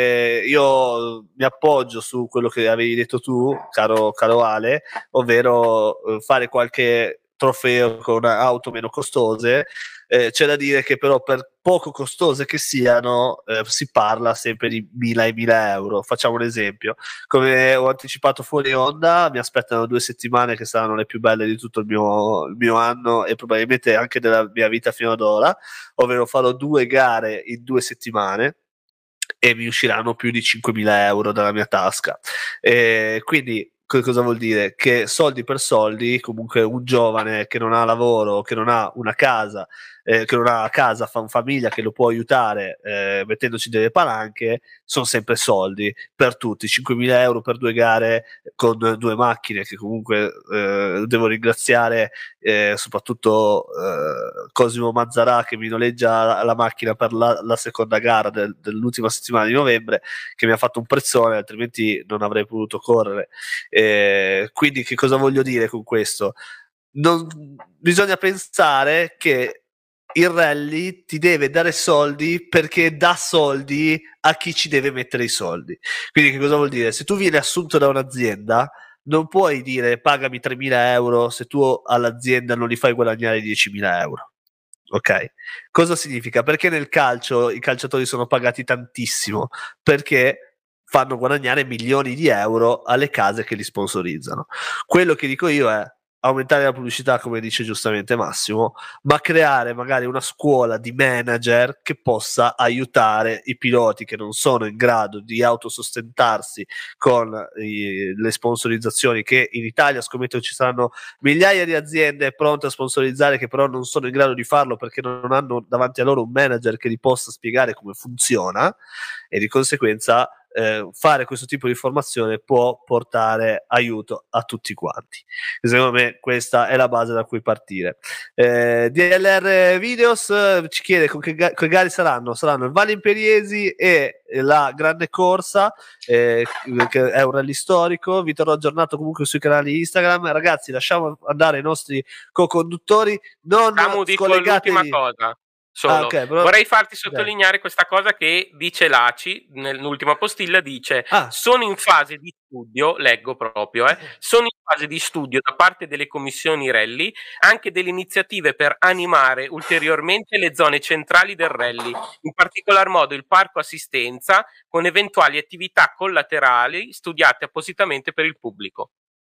Io mi appoggio su quello che avevi detto tu, caro Ale, ovvero fare qualche trofeo con auto meno costose. C'è da dire che però per poco costose che siano si parla sempre di 1.000 e 1.000 euro. Facciamo un esempio: come ho anticipato fuori onda, mi aspettano 2 settimane che saranno le più belle di tutto il mio anno e probabilmente anche della mia vita fino ad ora, ovvero farò 2 gare in 2 settimane e mi usciranno più di 5.000 euro dalla mia tasca. Quindi cosa vuol dire? Che soldi per soldi, comunque un giovane che non ha lavoro, che non ha una casa, che non ha casa, famiglia che lo può aiutare mettendoci delle palanche, sono sempre soldi per tutti. 5.000 euro per 2 gare con 2 macchine, che comunque devo ringraziare soprattutto Cosimo Mazzarà, che mi noleggia la macchina per la seconda gara dell'ultima settimana di novembre, che mi ha fatto un prezzone, altrimenti non avrei potuto correre. Quindi che cosa voglio dire con questo? Non bisogna pensare che il rally ti deve dare soldi perché dà soldi a chi ci deve mettere i soldi. Quindi che cosa vuol dire? Se tu vieni assunto da un'azienda, non puoi dire pagami 3.000 euro se tu all'azienda non li fai guadagnare 10.000 euro. Ok? Cosa significa? Perché nel calcio i calciatori sono pagati tantissimo? Perché fanno guadagnare milioni di euro alle case che li sponsorizzano. Quello che dico io è aumentare la pubblicità, come dice giustamente Massimo, ma creare magari una scuola di manager che possa aiutare i piloti che non sono in grado di autosostentarsi con le sponsorizzazioni, che in Italia scommetto ci saranno migliaia di aziende pronte a sponsorizzare, che però non sono in grado di farlo perché non hanno davanti a loro un manager che gli possa spiegare come funziona, e di conseguenza fare questo tipo di formazione può portare aiuto a tutti quanti. Secondo me questa è la base da cui partire. DLR Videos ci chiede con che gare saranno il Valle Imperiesi e la Grande Corsa, che è un rally storico. Vi terrò aggiornato comunque sui canali Instagram. Ragazzi, lasciamo andare i nostri co-conduttori, non scollegatevi. L'ultima cosa solo. Okay, però vorrei farti sottolineare questa cosa che dice l'ACI nell'ultima postilla, dice sono in fase di studio, leggo proprio, sono in fase di studio da parte delle commissioni rally anche delle iniziative per animare ulteriormente le zone centrali del rally, in particolar modo il parco assistenza, con eventuali attività collaterali studiate appositamente per il pubblico.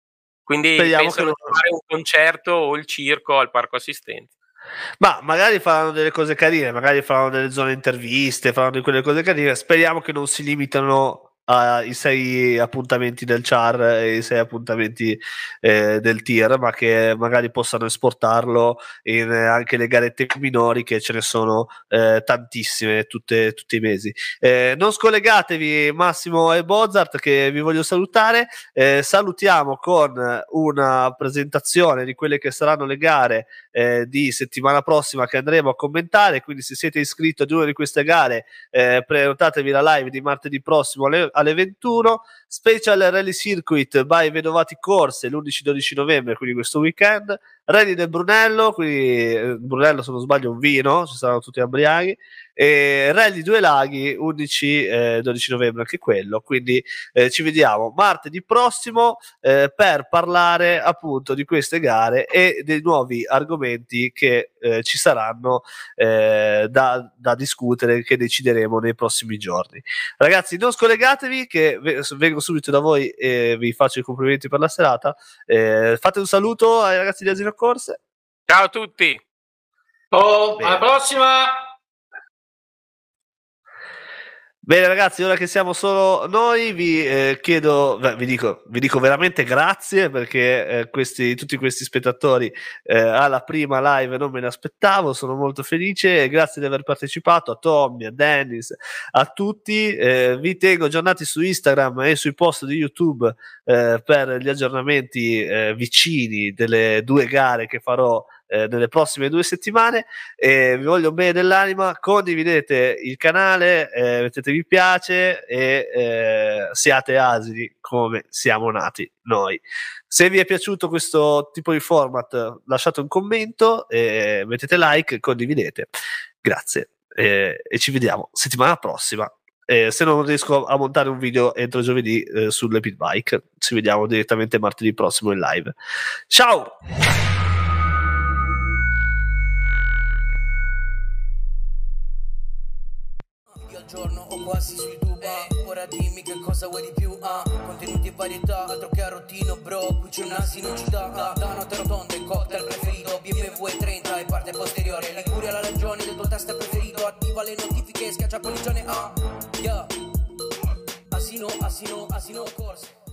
Quindi speriamo pensano di fare un concerto o il circo al parco assistenza. Ma magari faranno delle cose carine, magari faranno delle zone interviste, faranno di quelle cose carine. Speriamo che non si limitano ai 6 appuntamenti del Char e i 6 appuntamenti del Tir, ma che magari possano esportarlo in anche le garette minori, che ce ne sono tantissime tutti i mesi. Non scollegatevi, Massimo e Bozart, che vi voglio salutare. Salutiamo con una presentazione di quelle che saranno le gare di settimana prossima che andremo a commentare, quindi se siete iscritti ad una di queste gare prenotatevi la live di martedì prossimo alle 21. Special Rally Circuit by Vedovati Corse l'11-12 novembre, quindi questo weekend. Rally del Brunello, quindi Brunello se non sbaglio un vino, ci saranno tutti abbriaghi, e Rally Due Laghi 11-12 novembre anche quello, quindi ci vediamo martedì prossimo per parlare appunto di queste gare e dei nuovi argomenti che ci saranno da discutere, che decideremo nei prossimi giorni. Ragazzi, non scollegatevi, che vengo subito da voi e vi faccio i complimenti per la serata. Fate un saluto ai ragazzi di Asino Corse. Ciao a tutti. Alla prossima. Bene ragazzi, ora che siamo solo noi vi chiedo, vi dico veramente grazie, perché tutti questi spettatori alla prima live non me ne aspettavo, sono molto felice e grazie di aver partecipato, a Tommy, a Dennis, a tutti. Vi tengo aggiornati su Instagram e sui post di YouTube per gli aggiornamenti vicini delle 2 gare che farò nelle prossime 2 settimane. Vi voglio bene dell'anima, condividete il canale, mettete mi piace e siate asini come siamo nati noi. Se vi è piaciuto questo tipo di format, lasciate un commento, mettete like, condividete. Grazie e ci vediamo settimana prossima. Se non riesco a montare un video entro giovedì sulle pit bike, ci vediamo direttamente martedì prossimo in live. Ciao! Giorno o quasi su YouTube, ora dimmi che cosa vuoi di più, contenuti e varietà, altro che a rottino bro, qui c'è un asino in città, da note rotonde, cocktail preferito, BMW 30 e parte posteriore, Liguria la ragione del tuo test preferito, attiva le notifiche, schiaccia pollice yeah. Asino Corse.